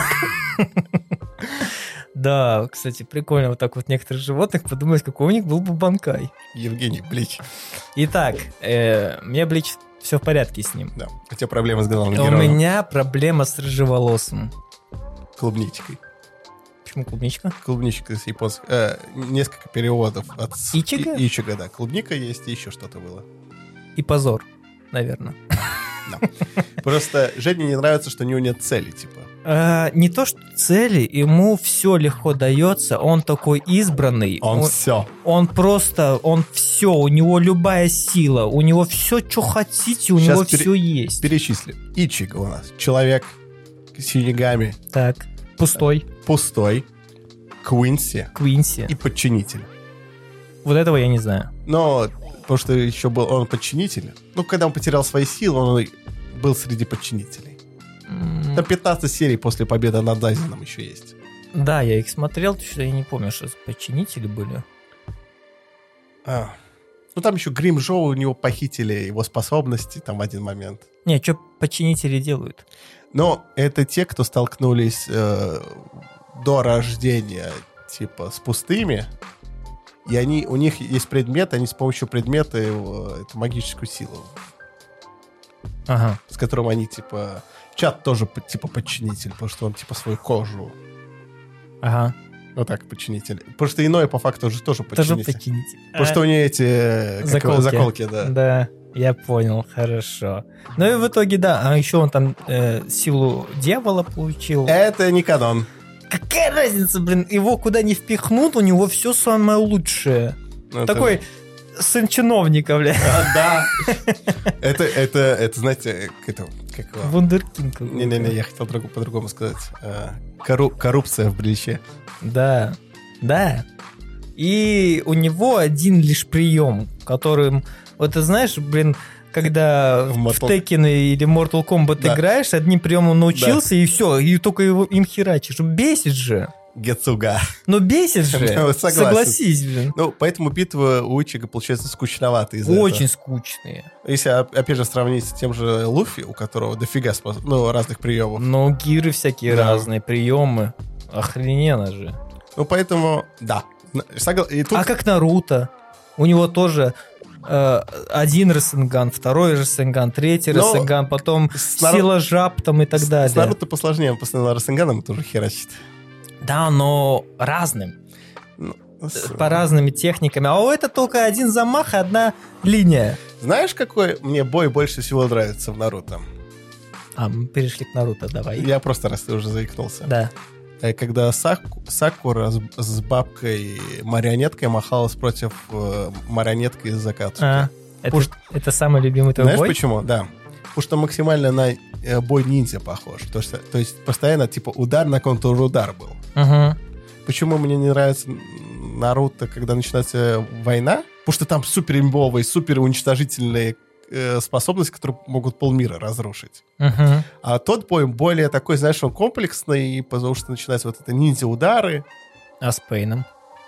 Да, кстати, прикольно вот так вот некоторых животных подумать, какой у них был бы банкай. Евгений Блич. Итак, э, мне Блич все в порядке с ним. Да. У тебя проблемы с главным У героем. меня проблема с рыжеволосым. Клубничкой. Почему клубничка? Клубничка с японской. Э, несколько переводов от... Ичиго? И, Ичиго, да. Клубника есть, и еще что-то было. И позор, наверное. Да. Просто Жене не нравится, что у него нет цели, типа. А, не то, что цели, ему все легко дается, он такой избранный. Он, он все. Он просто, он все, у него любая сила, у него все, что хотите, у Сейчас него пере- все есть. Перечислим. Ичиго у нас. Человек с синегами. Так, пустой, Пустой. Квинси. Квинси. И подчинитель. Вот этого я не знаю. Но, потому что еще был он подчинитель. Ну, когда он потерял свои силы, он был среди подчинителей. М, Там пятнадцать серий после победы над Дайзеном еще есть. Да, я их смотрел, что я не помню, что подчинители были. А. Ну, там еще Грим Жоу, у него похитили его способности там в один момент. Не, что починители делают? Но это те, кто столкнулись э, до рождения, типа, с пустыми, и они, у них есть предмет, они с помощью предмета э, эту магическую силу, ага. с которым они, типа... Чат тоже, типа, подчинитель, потому что он, типа, свою кожу... Ага. Вот так, подчинитель. Потому что иное, по факту, уже тоже подчинитель. Тоже подчинитель. Потому а... что у нее эти... Заколки. Заколки, да. Да, я понял, хорошо. Ну и в итоге, да, а еще он там э, силу дьявола получил. Это не канон. Какая разница, блин, его куда ни впихнут, у него все самое лучшее. Ну, такой... Это... сын чиновника, бля. А, да. Это, это, это, знаете, это, как его? Вундеркинд. Не-не-не, я хотел друг, по-другому сказать. Корру, коррупция в Бличе. Да, да. И у него один лишь прием, которым... Вот ты знаешь, блин, когда в, Mortal... в Tekken или Mortal Kombat да. играешь, одним приемом научился, да. и все, и только его им херачишь. Бесит же. Гецуга. Ну, бесит же. Согласись, блин. Ну, поэтому битвы у Ичига, получается, скучноватые. Очень этого. скучные. Если, опять же, сравнить с тем же Луфи, у которого дофига спос... ну, разных приемов. Ну, гиры всякие да. разные, приемы. Охрененно же. Ну, поэтому, да. Согла... И тут... А как Наруто? У него тоже... один Расенган, второй Расенган, третий Но Расенган, потом Нару... сила жаб там и так с, далее. С Наруто посложнее, он постоянно Расенганом тоже херачит. Да, но разным. Ну, по разными техниками. А у это только один замах и одна линия. Знаешь, какой мне бой больше всего нравится в Наруто? А, мы перешли к Наруто, давай. Я просто раз ты уже заикнулся. Да. Когда Саку, Сакура с, с бабкой марионеткой махалась против э, марионетки из Закатsuки. А, это, Пуш... это самый любимый твой Знаешь бой? Знаешь почему? Да. Потому что максимально на э, бой ниндзя похож. То есть, то есть постоянно типа удар на контур-удар был. Угу. Почему мне не нравится Наруто, когда начинается война? Потому что там супер имбовые, супер уничтожительные способности, которые могут полмира разрушить. Uh-huh. А тот бой более такой, знаешь, он комплексный, потому что начинаются вот это ниндзя-удары. А с Пейном?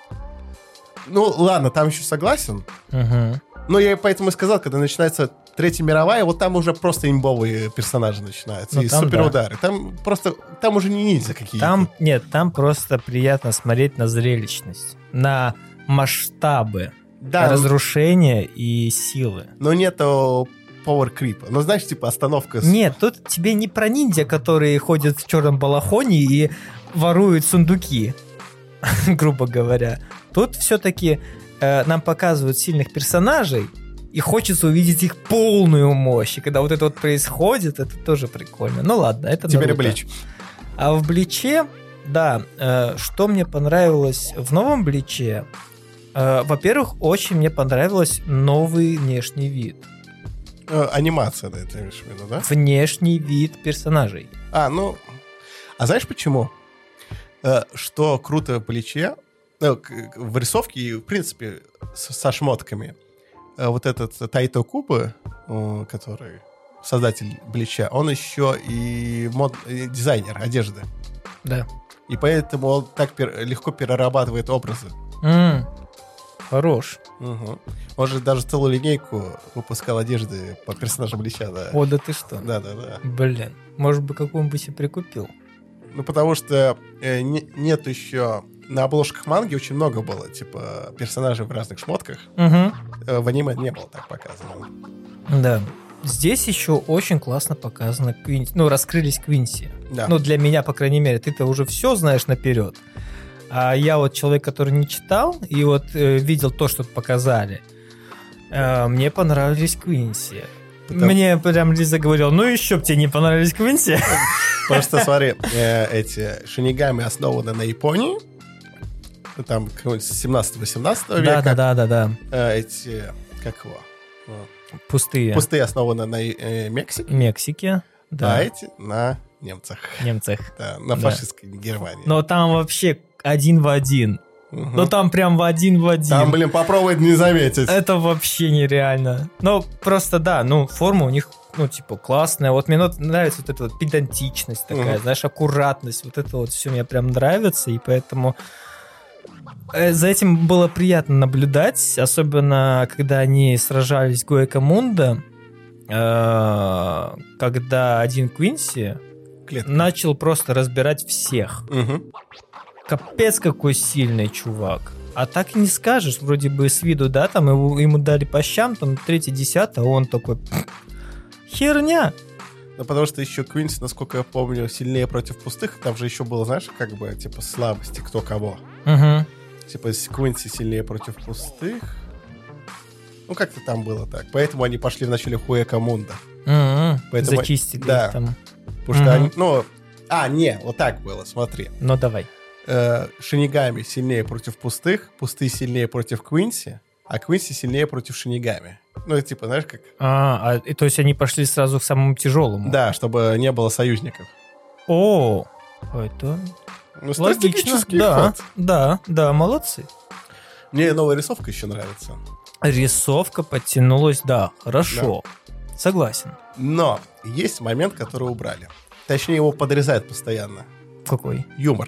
Ну, ладно, там еще согласен. Uh-huh. Но я поэтому и сказал, когда начинается Третья мировая, вот там уже просто имбовые персонажи начинаются. Ну, и суперудары. Да. Там просто, там уже не ниндзя какие-то. Там, нет, там просто приятно смотреть на зрелищность, на масштабы. Да, разрушения и силы. Но нету power-крипа. Ну, знаешь, типа остановка... С... Нет, тут тебе не про ниндзя, которые ходят в черном балахоне и воруют сундуки, грубо говоря. Тут все-таки э, нам показывают сильных персонажей, и хочется увидеть их полную мощь. И когда вот это вот происходит, это тоже прикольно. Ну ладно, это Теперь Наруто. Блич. А в Бличе, да, э, что мне понравилось в новом Бличе... Uh, во-первых, очень мне понравился новый внешний вид. Uh, анимация, да, это имеешь в виду, да? Внешний вид персонажей. А, ну... А знаешь почему? Uh, что круто в Бличе, uh, в рисовке и, в принципе, с, со шмотками, uh, вот этот Тайто Куба, uh, который создатель Блича, он еще и, мод... и дизайнер одежды. Да. И поэтому он так пер... легко перерабатывает образы. Mm. Хорош. Угу. Он же даже целую линейку выпускал одежды по персонажам Блича, да. О, да ты что? Да, да, да. Блин, может быть, какую-нибудь себе прикупил? Ну, потому что э, не, нет еще... На обложках манги очень много было, типа, персонажей в разных шмотках. Угу. Э, в аниме не было так показано. Да. Здесь еще очень классно показано Квинси. Ну, раскрылись Квинси. Да. Ну, для меня, по крайней мере. Ты-то уже все знаешь наперед. А я вот человек, который не читал, и вот э, видел то, что показали. Э, мне понравились Квинси. Потому... Мне прям Лиза говорила, ну еще б тебе не понравились Квинси. Потому что, смотри, эти шинигами основаны на Японии. Там какого-нибудь семнадцатого-восемнадцатого века. Да-да-да-да. Эти, как его? Пустые. Пустые основаны на Мексике. Мексике, да. А эти на немцах. Немцах. Да, на фашистской да. Германии. Но там вообще один в один. Угу. Ну там прям в один в один. Там, блин, попробовать не заметить. Это вообще нереально. Ну, просто да, ну, форма у них, ну, типа, классная. Вот мне нравится вот эта вот педантичность такая, угу. знаешь, аккуратность. Вот это вот все мне прям нравится, и поэтому За этим было приятно наблюдать, особенно когда они сражались с Гоэкамундо, когда один Квинси Клетка. начал просто разбирать всех. Угу. Капец какой сильный чувак. А так и не скажешь, вроде бы с виду, да, там ему, ему дали по щам, там третий, десятый, а он такой... Херня! Ну, потому что еще Квинси, насколько я помню, сильнее против пустых. Там же еще было, знаешь, как бы, типа, слабости кто кого. Угу. Типа, Квинси сильнее против пустых. Ну, как-то там было так. Поэтому они пошли вначале Хуэкамундо. Угу. Поэтому... Зачистили да. там. Потому что Угу. они... Ну, а, не, вот так было, смотри. Ну, давай. Э, Шинигами сильнее против пустых, пустые сильнее против Квинси, а Квинси сильнее против Шинигами. Ну, это типа, знаешь, как... А, а и, то есть они пошли сразу к самому тяжелому? Да, чтобы не было союзников. О, это... Ну, Логично, стратегический да, ход. да, да, молодцы. Мне новая рисовка еще нравится. Рисовка подтянулась, да, хорошо. Согласен. Но есть момент, который убрали. Точнее, его подрезают постоянно. Какой? Юмор.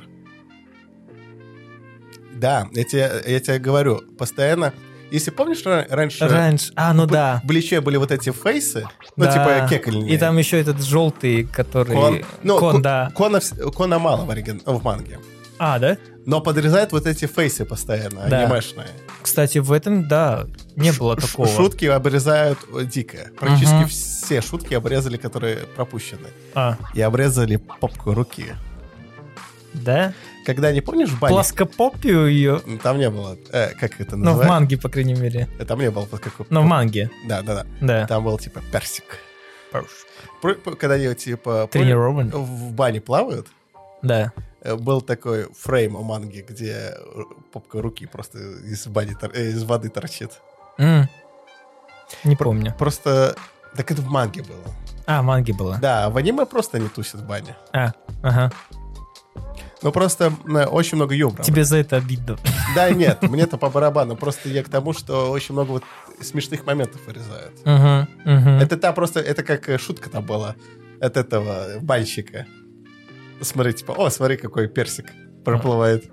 Да, я тебе, я тебе говорю, постоянно... Если помнишь, раньше... Раньше, а, ну в да. Бличе были вот эти фейсы, ну, Да. типа кекольные. И там еще этот желтый, который... Кон, ну, Кон, ко- да. Кона, вс- Кона мало в, оригин... в манге. А, да? Но подрезают вот эти фейсы постоянно, Да. анимешные. Кстати, в этом, да, не Ш- было ш- такого. Шутки обрезают дико. Практически Мгм. все шутки обрезали, которые пропущены. А, И обрезали попку руки. да? Когда, не помнишь, в бане... Плоскопопию ее. Там не было... э, как это Ну, в называется? манге, по крайней мере. Там не было... Как... Но в манге, Да, да, да. да. Там был, типа, персик. Про- про- Когда они, типа... Тренирован. помнишь, в бане плавают, Да. э, был такой фрейм у манги, где э, попка руки просто из, бани, тор- э, из воды торчит. М. Не помню. Просто... Так это в манге было. А, в манге было. Да, в аниме просто не тусят в бане. А, ага. Ну, просто э, очень много юмора. Тебе за это обидно. Да, нет, мне-то по барабану. Просто я к тому, что очень много вот смешных моментов вырезают. Угу, угу. Это там просто... Это как э, шутка там была от этого банщика. Смотри, типа, о, смотри, какой персик проплывает.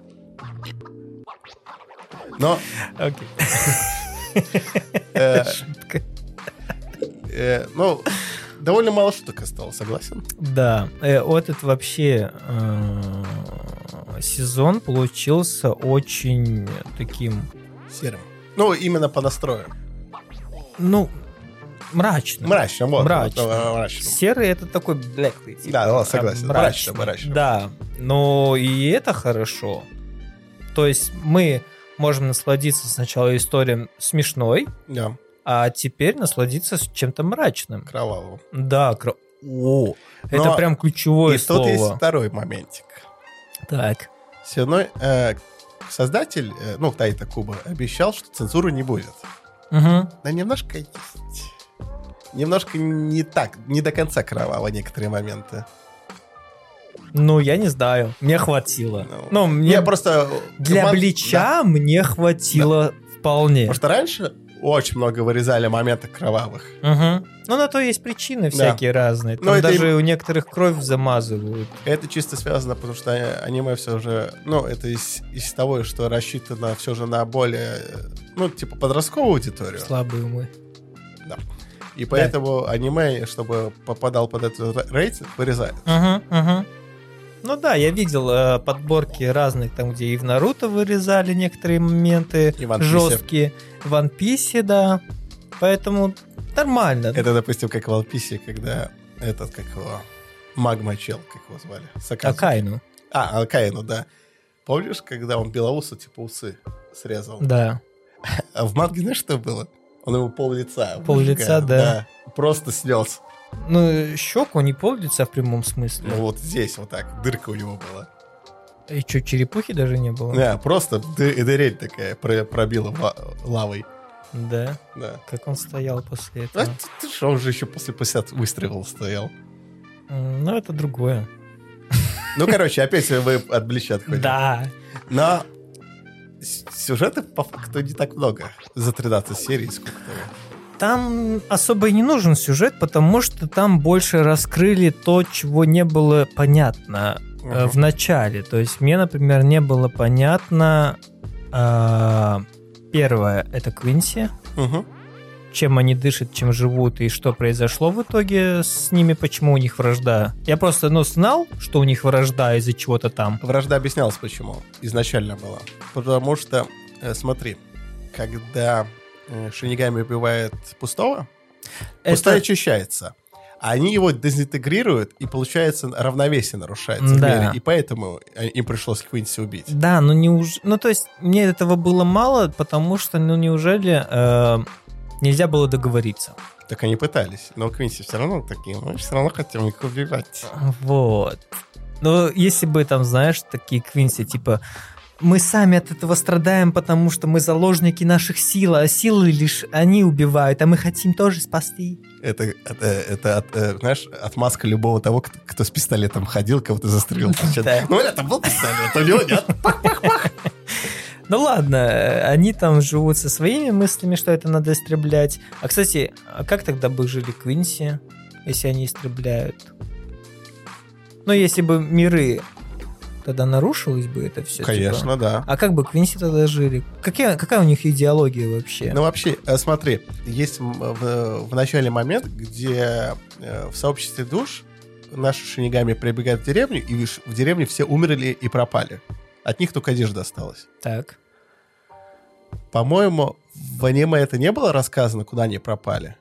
Но... Окей. э, Шутка. э, ну, довольно мало шуток осталось, согласен? Да, э, вот этот вообще э, сезон получился очень таким, Серым. Ну, именно по настрою. ну, мрачным. Мрачным, вот. Мрачным. вот, мрачным. Серый это такой блеклый. Типа, Да, ладно, согласен. а, Мрачным, мрачным. Да, но и это хорошо. То есть мы можем насладиться сначала историей смешной, Да, а теперь насладиться с чем-то мрачным. кровавым. Да, кро- О, это Но прям ключевое И тут слово. есть второй моментик. Так. Все равно э, создатель, э, ну, Тайта Куба, обещал, что цензуры не будет. Угу. Да немножко есть. Немножко не так, не до конца кроваво некоторые моменты. Ну, я не знаю. Мне хватило. Ну, Ну, мне Я просто... для ман- Блича мне хватило вполне. Потому что раньше очень много вырезали моментов кровавых. Угу. Ну, на то есть причины всякие разные. Там Но это даже им- у некоторых кровь замазывают. Это чисто связано, потому что а- аниме все же... Ну, это из, из того, что рассчитано все же на более... э, Ну, типа подростковую аудиторию. Слабые мы. Да. И поэтому аниме, чтобы попадал под этот ре- рейтинг, вырезают. Угу, угу. Ну да, я видел э, подборки разных, там, где и в Наруто вырезали некоторые моменты И в One Piece. жесткие. В One Piece, да. Поэтому нормально. Это, допустим, как в One Piece, когда этот, как его... Магма-чел, как его звали? Сакадзуки. Акайну. А, Акаину, да. Помнишь, когда он белоусу, типа, усы срезал? Да. А в манге, знаешь, что было? Он ему пол лица. Пол лица, да. Просто снес. Ну, щеку, не пол лица в прямом смысле. Ну, вот здесь вот так, дырка у него была. И что, черепухи даже не было? Да, просто ды- дырень такая про- пробила ва- лавой. Да. Да. Как он стоял после А этого. ты, ты ж, он же еще после пятьдесят выстрелов стоял. М, Ну, это другое. Ну, короче, опять вы от Блича отходите. Да. Но с- сюжета по факту не так много. За тринадцать серий сколько-то. Там особо и не нужен сюжет, потому что там больше раскрыли то, чего не было понятно э, Мгм. в начале. То есть мне, например, не было понятно, А, первое — это Квинси. Угу. Чем они дышат, чем живут и что произошло в итоге с ними, почему у них вражда. Я просто, ну, знал, что у них вражда из-за чего-то там. Вражда объяснялась, почему изначально была. Потому что, э, смотри, когда э, Шинигами убивает пустого, Это... пустой очищается. А они его дезинтегрируют, и, получается, равновесие нарушается Да. в мире. И поэтому им пришлось Квинси убить. Да, ну неуж... Ну, то есть, мне этого было мало, потому что, ну, неужели э, нельзя было договориться? Так они пытались. Но Квинси все равно такие, мы все равно хотим их убивать. Вот. Ну, если бы там, знаешь, такие Квинси, типа, мы сами от этого страдаем, потому что мы заложники наших сил, а силы лишь они убивают, а мы хотим тоже спасти. Это, это, это от, э, знаешь, отмазка любого того, кто, кто с пистолетом ходил, кого-то застрелил. Да. Ну, это был пистолет, у него нет. Ну ладно, они там живут со своими мыслями, что это надо истреблять. А, кстати, а как тогда бы жили Квинси, если они истребляют? Ну, если бы миры, тогда нарушилось бы это все. Конечно, типа. да. А как бы Квинси тогда жили? Какие, какая у них идеология вообще? Ну, вообще, э, смотри, есть в, в, в начале момент, где э, в сообществе душ наши шинигами прибегают в деревню, и в, в деревне все умерли и пропали. От них только одежда осталась. Так. По-моему, в аниме это не было рассказано, куда они пропали.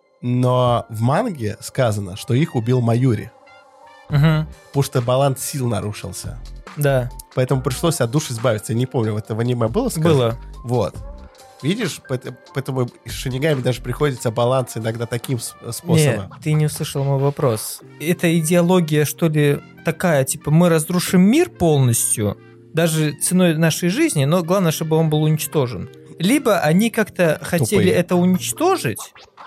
Но в манге сказано, что их убил Майюри. Угу. Потому что баланс сил нарушился. Да. Поэтому пришлось от душ избавиться. Я не помню, это в аниме было сказано? Было. Вот. Видишь, поэтому шинигами даже приходится баланс иногда таким способом. Нет, ты не услышал мой вопрос. Это идеология, что ли, такая, типа, мы разрушим мир полностью, даже ценой нашей жизни, но главное, чтобы он был уничтожен. Либо они как-то хотели Тупые. это уничтожить,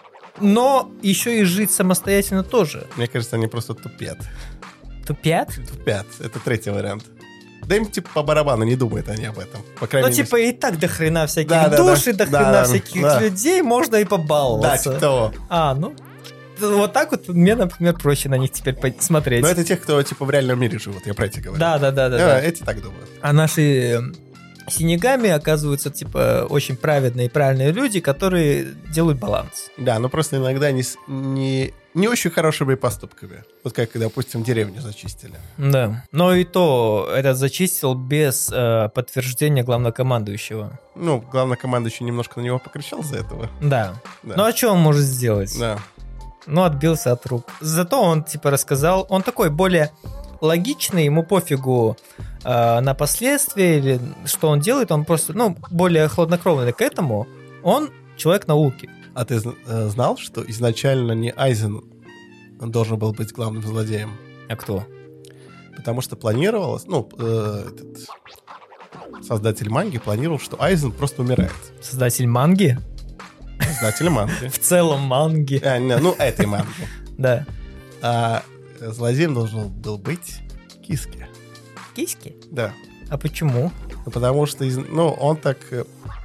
но еще и жить самостоятельно тоже. Мне кажется, они просто тупят. Тупят? Тупят. Это третий вариант. Да им типа по барабану, не думают они об этом. По крайней Ну, мере. типа, и так до хрена всяких Да, да, душ, да. и до Да, хрена да, всяких да. людей, можно и Да, побаловаться. типа того. А, ну, вот так вот мне, например, проще на них теперь смотреть. Но это те, кто типа в реальном мире живут, я про эти говорю. Да, да, да, да. А, да. Эти так думают. А наши синегами оказываются, типа, очень праведные и правильные люди, которые делают баланс. Да, но просто иногда они с- не, не очень хорошими поступками. Вот как, допустим, деревню зачистили. Да. Но и то, этот зачистил без э, подтверждения главнокомандующего. Ну, главнокомандующий немножко на него покричал за этого. Да. Да. Ну, а что он может сделать? Да. Ну, отбился от рук. Зато он, типа, рассказал... Он такой более логичный, ему пофигу э, на последствия или что он делает, он просто, ну, более хладнокровный к этому. Он человек науки. А ты зн- э, знал, что изначально не Айзен должен был быть главным злодеем? А кто? Потому что планировалось... Ну, э, этот создатель манги планировал, что Айзен просто умирает. Создатель манги? Создатель манги. В целом манги. А, не, ну, этой манги. Да. А злодеем должен был быть Киски. Киски? Да. А почему? Ну, потому что, из- ну, он так... э,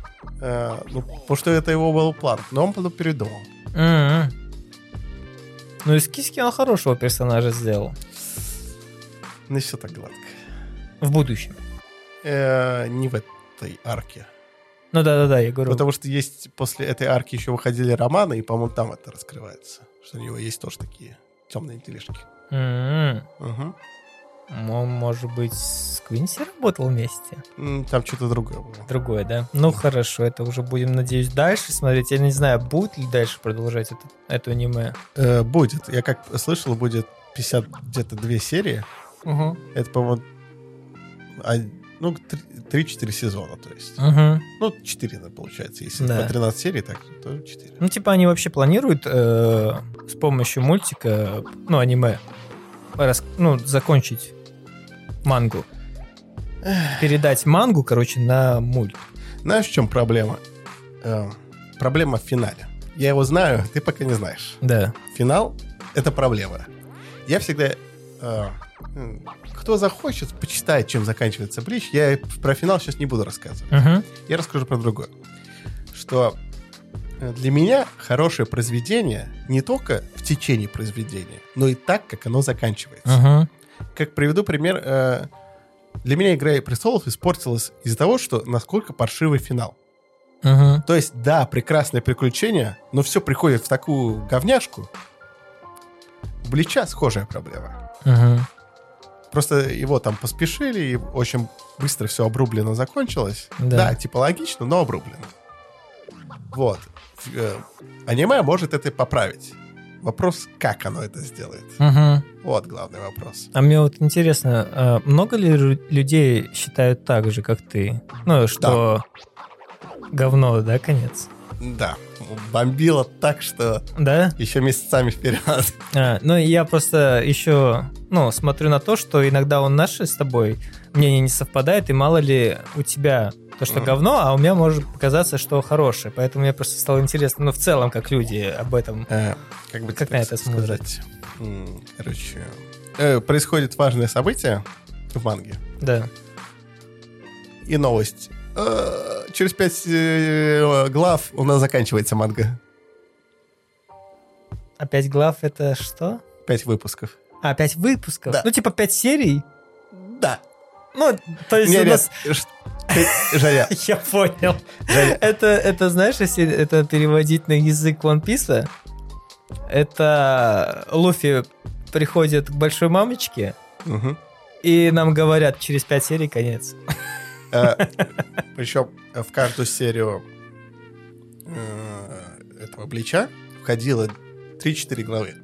э, ну, потому что это его был план. Но он потом передумал. М-м. Ну, из Киски он хорошего персонажа сделал. Не все так гладко. В будущем. Э, не в этой арке. Ну да-да-да, я говорю. Потому что есть после этой арки еще выходили романы, и, по-моему, там это раскрывается. Что у него есть тоже такие темные делишки. М-м. Угу. Он, может быть, с Квинси работал вместе? М, Там что-то другое было. Другое, да? Ну хорошо, это уже будем, надеюсь, дальше смотреть. Я не знаю, будет ли дальше продолжать это, это аниме. Э, будет. Я как слышал, будет пятьдесят где-то две серии. Угу. Это, по-моему, а- ну, три-четыре сезона, то есть. Угу. Ну, четыре, получается. Если Да. по тринадцать серий, так, то четыре. Ну, типа, они вообще планируют э, с помощью мультика, ну, аниме, рас- ну, закончить мангу. Передать мангу, короче, на мульт. Знаешь, в чем проблема? Э, проблема в финале. Я его знаю, ты пока не знаешь. Да. Финал — это проблема. Я всегда... э, м, кто захочет, почитает, чем заканчивается Блич. Я про финал сейчас не буду рассказывать. Угу. Я расскажу про другое. Что э, для меня хорошее произведение не только в течение произведения, но и так, как оно заканчивается. Угу. Как приведу пример, э, для меня «Игра престолов» испортилась из-за того, что насколько паршивый финал. Угу. То есть, да, прекрасное приключение, но все приходит в такую говняшку. У Блича схожая проблема. Угу. Просто его там поспешили, и очень быстро все обрублено закончилось. Да. Да, типа логично, но обрублено. Вот. Э, Аниме может это поправить. Вопрос, как оно это сделает. Угу. Вот главный вопрос. А мне вот интересно, а много ли ру- людей считают так же, как ты? Ну, что говно, да, конец? Да, бомбило так, что Да? еще месяцами вперед. А, ну, я просто еще, ну, смотрю на то, что иногда у наши с тобой мнения не совпадают, и мало ли у тебя то, что Мгм. говно, а у меня может показаться, что хорошее. Поэтому мне просто стало интересно, ну, в целом, как люди об этом. Э, Как бы Как тебе на это сказать? М, Короче, э, происходит важное событие в манге. Да. И новость. Э, Через пять э, глав у нас заканчивается манга. А пять глав это что? Пять выпусков. А, пять выпусков? Да. Ну, типа пять серий? Да. Ну, то есть Не, у нас... нет, ш- ты- Жаря, Я понял. Жаря. Это, это, знаешь, если это переводить на язык One Piece, это Луфи приходит к большой мамочке, Мгм. и нам говорят, через пять серий конец. Причем в каждую серию э, этого Блича входило три-четыре главы.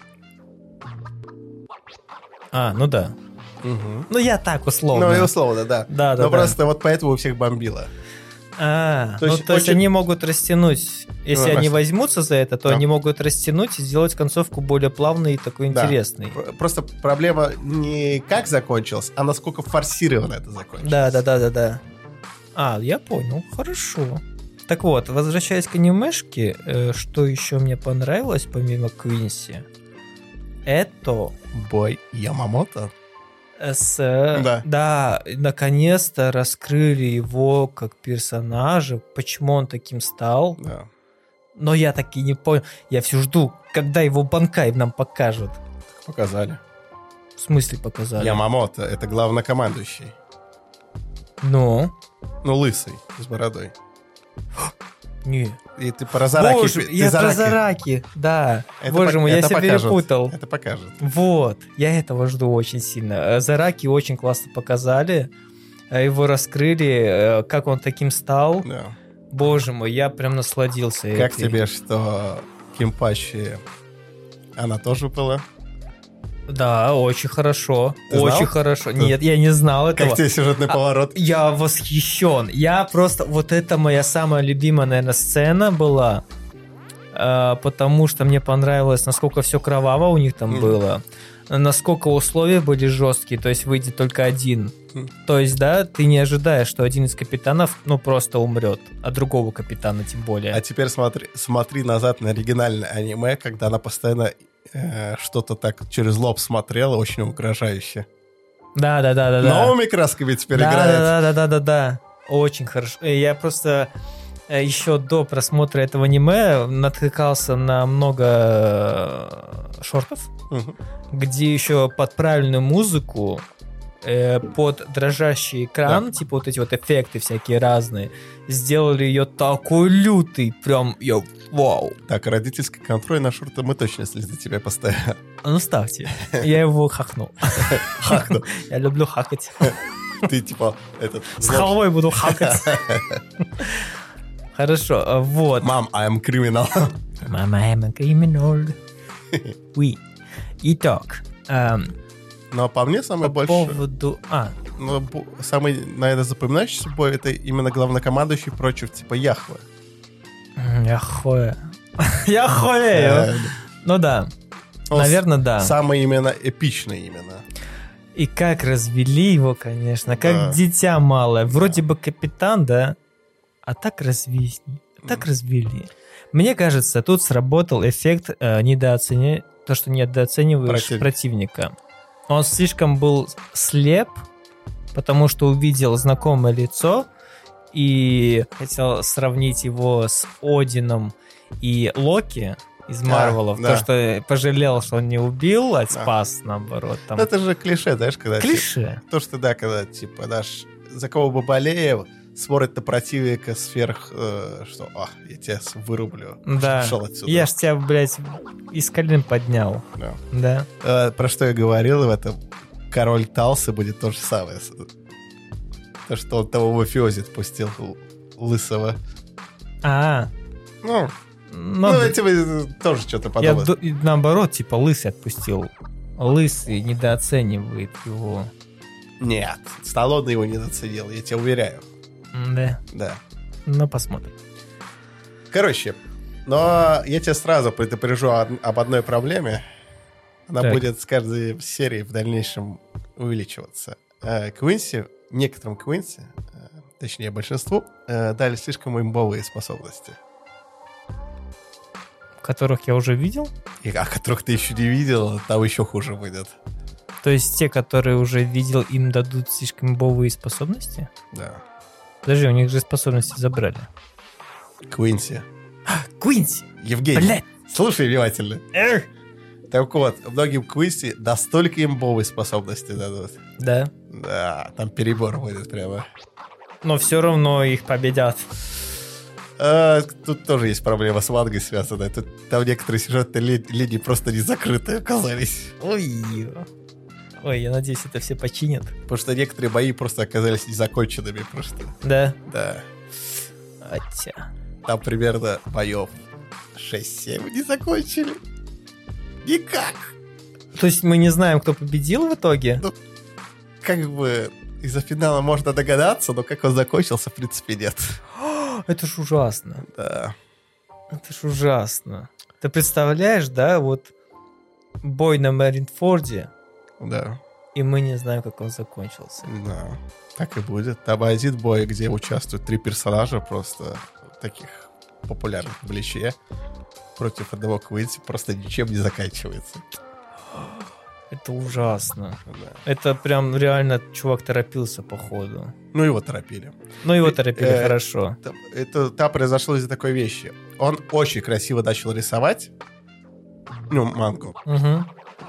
А, ну да. Мгм. Ну, я так условно. Ну и условно, да. Да, да, Но да. просто вот поэтому у всех бомбило. А, То ну есть то есть очень- они могут растянуть, если Ну, они просто- возьмутся за это, то Да. они могут растянуть и сделать концовку более плавной и такой Да. интересной. Пр- Просто проблема не как закончилось, а насколько форсированно это закончилось. Да, да, да, да, да. А, я понял, хорошо. Так вот, возвращаясь к анимешке, э, что еще мне понравилось помимо Квинси, это Бой Ямамото. с... Да. да, наконец-то раскрыли его как персонажа, почему он таким стал. Да. Но я так и не понял. Я все жду, когда его Банкай нам покажут. Показали. В смысле показали? Ямамото — это главнокомандующий. Ну? Ну, лысый, с бородой. Не. И ты про Зараки... Боже, ты я про Зараки. Зараки, да. Это Боже пок- мой, я это себя покажут. перепутал. Это покажет. Вот, я этого жду очень сильно. Э, Зараки очень классно показали, э, его раскрыли, э, как он таким стал. Да. Боже мой, я прям насладился. Как этой. тебе, что Кимпачи, она тоже была? Да, очень хорошо. Ты очень знал? хорошо. Нет, я не знал этого. Как тебе сюжетный А, поворот? Я восхищен. Я просто... Вот это моя самая любимая, наверное, сцена была, э, потому что мне понравилось, насколько все кроваво у них там Мгм. было, насколько условия были жесткие, то есть выйдет только один. Мгм. То есть, да, ты не ожидаешь, что один из капитанов, ну, просто умрет, а другого капитана тем более. А теперь смотри, смотри назад на оригинальное аниме, когда она постоянно э, что-то так через лоб смотрела, очень угрожающе. Да-да-да-да-да. Новыми красками теперь Да, играет. да, да, да, да, да. Очень хорошо. Э, Я просто э, еще до просмотра этого аниме натыкался на много э, шортов, Мгм. где еще под правильную музыку, э, под дрожащий экран, типа вот эти вот эффекты всякие разные, сделали ее такой лютый, прям я вау. Так, родительский контроль на шорты мы точно, если за тебя поставим. Ну ставьте, я его хакну. Хакну. Я люблю хакать. Ты типа этот... С головой буду хакать. Хорошо, а вот. Мам, I am criminal. Мама, I'm a criminal. Oui. Итак, эм, Но по мне самый по большой... поводу... А, ну, бу- самый, наверное, запоминающийся бой — это именно главнокомандующий против типа Яхвы. м, я хуя. Я хуею. Э, Ну да, он наверное, да. Самый именно эпичный именно. И как развели его, конечно, как Да. дитя малое. Вроде бы капитан, да? А так развели. Так развели. Мне кажется, тут сработал эффект э, недооценивания, то, что недооцениваешь Противник. противника. Он слишком был слеп, потому что увидел знакомое лицо и хотел сравнить его с Одином и Локи, из Марвелов. Да, То, да. что пожалел, что он не убил, а спас, да. наоборот. Там... Это же клише, знаешь, когда... Клише? Типа, то, что, да, когда, типа, наш... За кого бы болею, смотрит на противника сверх... Э, что, а, я тебя вырублю. Да. Шел отсюда. Я ж тебя, блядь, из колен поднял. Да. Да. Э, про что я говорил в этом... Король Талсы будет то же самое. То, что он того мафиози отпустил, лысого. А, Ну, но ну эти тоже что-то я подобное. ду- наоборот, типа, лысый отпустил. Лысый недооценивает его. Нет, Сталлоне его недооценил, я тебя уверяю. Да. Да. Ну, посмотрим. Короче, но я тебя сразу предупрежу об, об одной проблеме. Она Так. будет с каждой серии в дальнейшем увеличиваться. Э, Квинси, некоторым Квинси, э, точнее большинству, э, дали слишком имбовые способности. Которых я уже видел. И о которых ты еще не видел, там еще хуже будет. То есть те, которые уже видел, им дадут слишком бовые способности? Да. Подожди, у них же способности забрали. Квинси. Квинси! Евгений, Блядь! слушай внимательно. Эх! Так вот, многим Квинси настолько имбовые способности дадут. Да. Да, там перебор будет прямо. Но все равно их победят. А, тут тоже есть проблема с мангой связанная. Тут, там некоторые сюжетные ли- линии просто не закрыты оказались. Ой. Ой, я надеюсь, это все починят. Потому что некоторые бои просто оказались незаконченными просто. Да. Да. Атя. Там примерно боев шесть-семь не закончили. Никак. То есть мы не знаем, кто победил в итоге? Как бы из-за финала можно догадаться, но как он закончился, в принципе, нет. Это ж ужасно. Да. Это ж ужасно. Ты представляешь, да, вот бой на Маринфорде, Да. и мы не знаем, как он закончился. Да. Так и будет. Там один бой, где участвуют три персонажа просто таких популярных в Бличе против одного Квинси просто ничем не заканчивается. Это ужасно. Да. Это прям реально чувак торопился, походу. Ну, его торопили. Ну, его торопили, Э, хорошо. Там- Это там произошло из-за такой вещи. Он очень красиво начал рисовать, ну, мангу. Угу.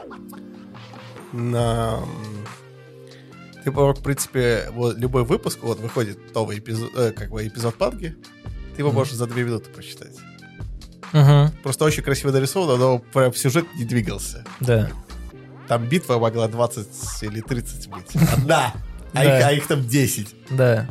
На... Ты, в принципе, вот любой выпуск, вот выходит новый эпизод, э, как бы эпизод манги, ты его Мгм. можешь за две минуты прочитать. Угу. Просто очень красиво нарисовано, но прям сюжет не двигался. Да. Там битва могла двадцать или тридцать быть. Одна. А, Да. их, а их там десять. Да.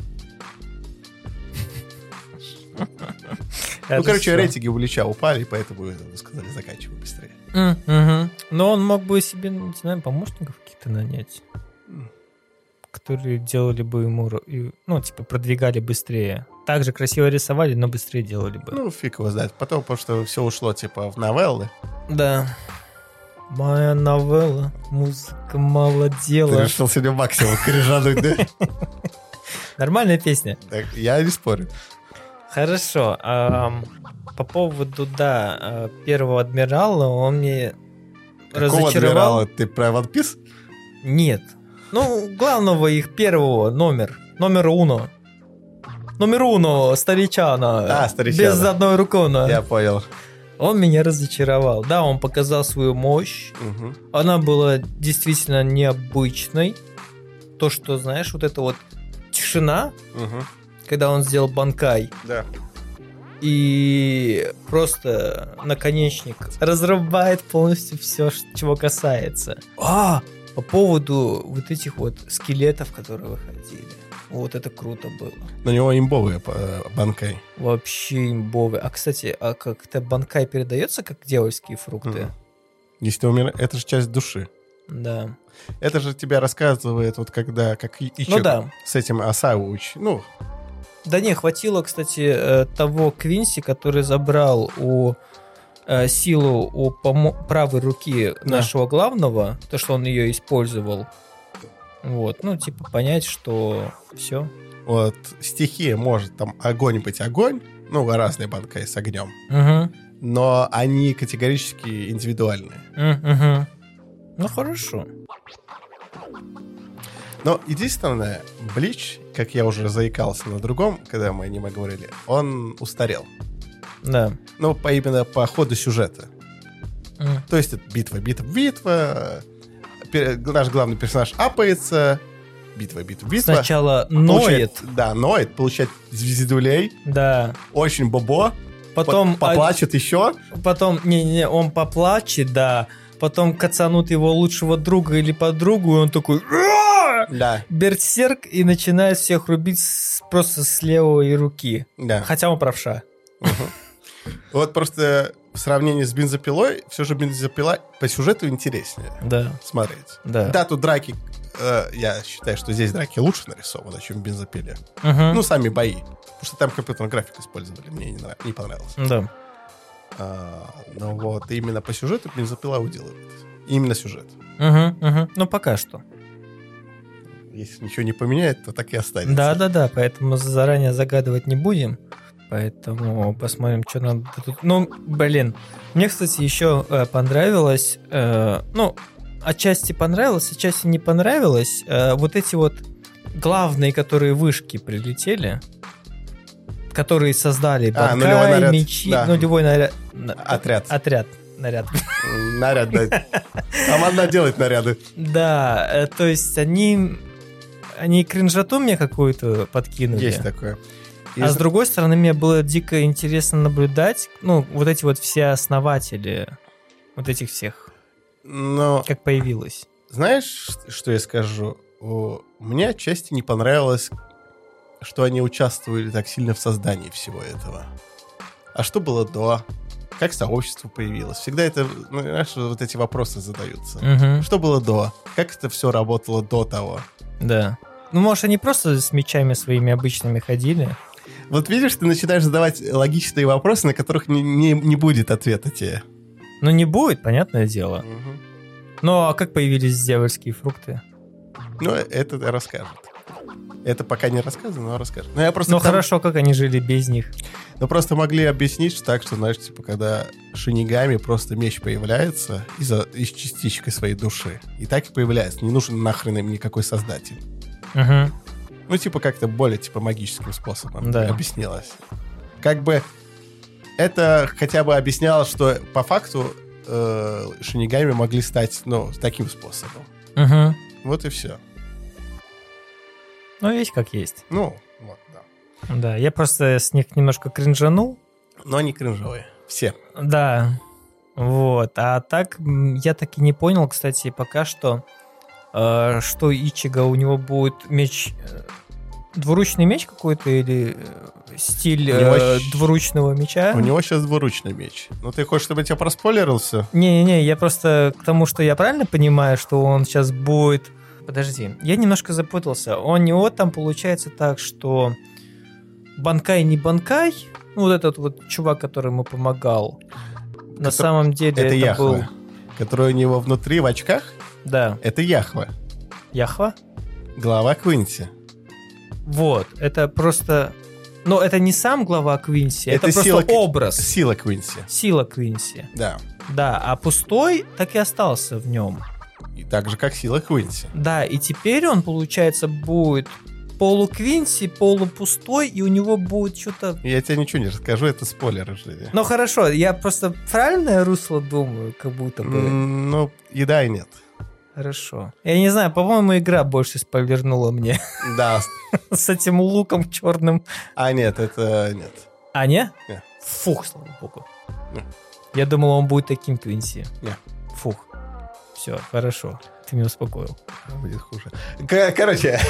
Ну, короче, рейтинги у Лича упали, поэтому сказали, заканчивай быстрее. Угу. Но он мог бы себе, не знаю, помощников каких-то нанять, которые делали бы ему, ро- и, ну, типа, продвигали быстрее. Также красиво рисовали, но быстрее делали бы. Ну, фиг его знает. Потом, потому что все ушло, типа, в новеллы. Да. Моя новелла, музыка мало Ты дела. решил сегодня максимум крижануть, да? Нормальная песня. Так, я не спорю. Хорошо. ам, по поводу, да, а, первого адмирала, он мне Какого разочаровал. адмирала? Ты про One Piece? Нет. Ну, главного их первого, номер. Номер уно. Номер уно, старичана. А, старичана. Без одной рукона. Я понял. Он меня разочаровал. Да, он показал свою мощь. Мгм. Она была действительно необычной. То, что, знаешь, вот эта вот тишина, Мгм. когда он сделал банкай, Да. и просто наконечник разрубает полностью все, чего касается. А, по поводу вот этих вот скелетов, которые выходили. Вот это круто было. На него имбовые э, банкай. Вообще имбовый. А, кстати, а как-то банкай передается как дьявольские фрукты? Мгм. Если умер... Это же часть души. Да. Это же тебя рассказывает, вот когда, как и, Ну да. с этим Асау уч... Ну, Да не, хватило, кстати, э, того Квинси, который забрал у э, силу у помо- правой руки Да. нашего главного, то, что он ее использовал. Вот, ну, типа, понять, что все. вот стихия может там огонь быть огонь, ну, разные банкай с огнем, Угу. но они категорически индивидуальные. Угу. Ну, хорошо. Но единственное, Блич, как я уже заикался на другом, когда мы о нем говорили, он устарел. Да. Ну, по, именно по ходу сюжета. Mm. То есть это битва, битва, битва. Наш главный персонаж апается. Битва, битва, битва. Сначала ноет. Да, ноет, получает звездулей. Да. Очень бобо. Потом... Поплачет еще. Потом, не-не, он поплачет, да. Потом кацанут его лучшего друга или подругу, и он такой... Да. Берсерк, и начинает всех рубить с, просто с левой руки. Да. Хотя он правша. Угу. Вот просто в сравнении с бензопилой, все же бензопила по сюжету интереснее да. смотреть. Да. Да, тут драки, э, я считаю, что здесь драки лучше нарисованы, чем в бензопиле. Угу. Ну, сами бои. Потому что там компьютерную графику использовали, мне не, нрав... не понравилось. Да. А, ну вот, именно по сюжету бензопила уделывает. Именно сюжет. Угу, угу. Ну, пока что. Если ничего не поменяет, то так и останется. Да-да-да, поэтому заранее загадывать не будем. Поэтому посмотрим, что нам тут... Ну, блин, мне, кстати, еще э, понравилось... Э, ну, отчасти понравилось, отчасти не понравилось. Э, вот эти вот главные, которые вышки прилетели, которые создали а, Банкай, мечи... Да. Нулевой наряд... Отряд. Отряд. Наряд. Наряд, да. Там одна делает наряды. Да, э, то есть они... Они кринжату мне какую-то подкинули. Есть такое. А Из... с другой стороны, мне было дико интересно наблюдать, ну, вот эти вот все основатели вот этих всех. Но... Как появилось. Знаешь, что я скажу? Мне отчасти не понравилось, что они участвовали так сильно в создании всего этого. А что было до? Как сообщество появилось? Всегда это, ну, знаешь, вот эти вопросы задаются. Угу. Что было до? Как это все работало до того? Да. Ну, может, они просто с мечами своими обычными ходили? Вот видишь, ты начинаешь задавать логичные вопросы, на которых не, не, не будет ответа тебе. Ну, не будет, понятное дело. Угу. Ну, а как появились дьявольские фрукты? Ну, это расскажут. Это пока не рассказано, но расскажут. Ну, я просто ну там... хорошо, как они жили без них? Ну, просто могли объяснить так, что, знаешь, типа, когда шинигами просто меч появляется из-за, из частичкой своей души. И так и появляется. Не нужен нахрен им никакой создатель. Угу. Ну, типа, как-то более, типа, магическим способом да. объяснилось. Как бы это хотя бы объясняло, что по факту э, шинигами могли стать, ну, таким способом. Угу. Вот и все. Ну, есть как есть. Ну, вот, да. Да, я просто с них немножко кринжанул. Но они кринжовые. Все. Да. Вот. А так, я так и не понял, кстати, пока что, э, что Ичиго, у него будет меч... Э, двуручный меч какой-то или стиль э, щ... двуручного меча? У него сейчас двуручный меч. Ну, ты хочешь, чтобы я тебя проспойлерил все? Не-не-не, я просто к тому, что я правильно понимаю, что он сейчас будет... Подожди, я немножко запутался. У него там получается так, что Банкай не Банкай, ну, вот этот вот чувак, который ему помогал, который... на самом деле это, это Яхва, был... который у него внутри в очках? Да. Это Яхва. Яхва? Глава Квинси. Вот, это просто... Но это не сам глава Квинси, это, это просто сила... образ. Сила Квинси. Сила Квинси. Да. Да, а пустой так и остался в нем. И так же, как сила Квинси. Да, и теперь он, получается, будет полу-Квинси, полупустой, и у него будет что-то... Я тебе ничего не расскажу, это спойлеры же. Ну хорошо, я просто правильное русло думаю, как будто бы... Mm, ну, и да, и нет. Хорошо. Я не знаю, по-моему, игра больше спойлернула мне. Да. С этим луком черным. А нет, это нет. А, не? Нет. Фух, слава богу. Нет. Я думал, он будет таким Квинси. Нет. Фух. Все, хорошо. Ты меня успокоил. Будет хуже. К- короче.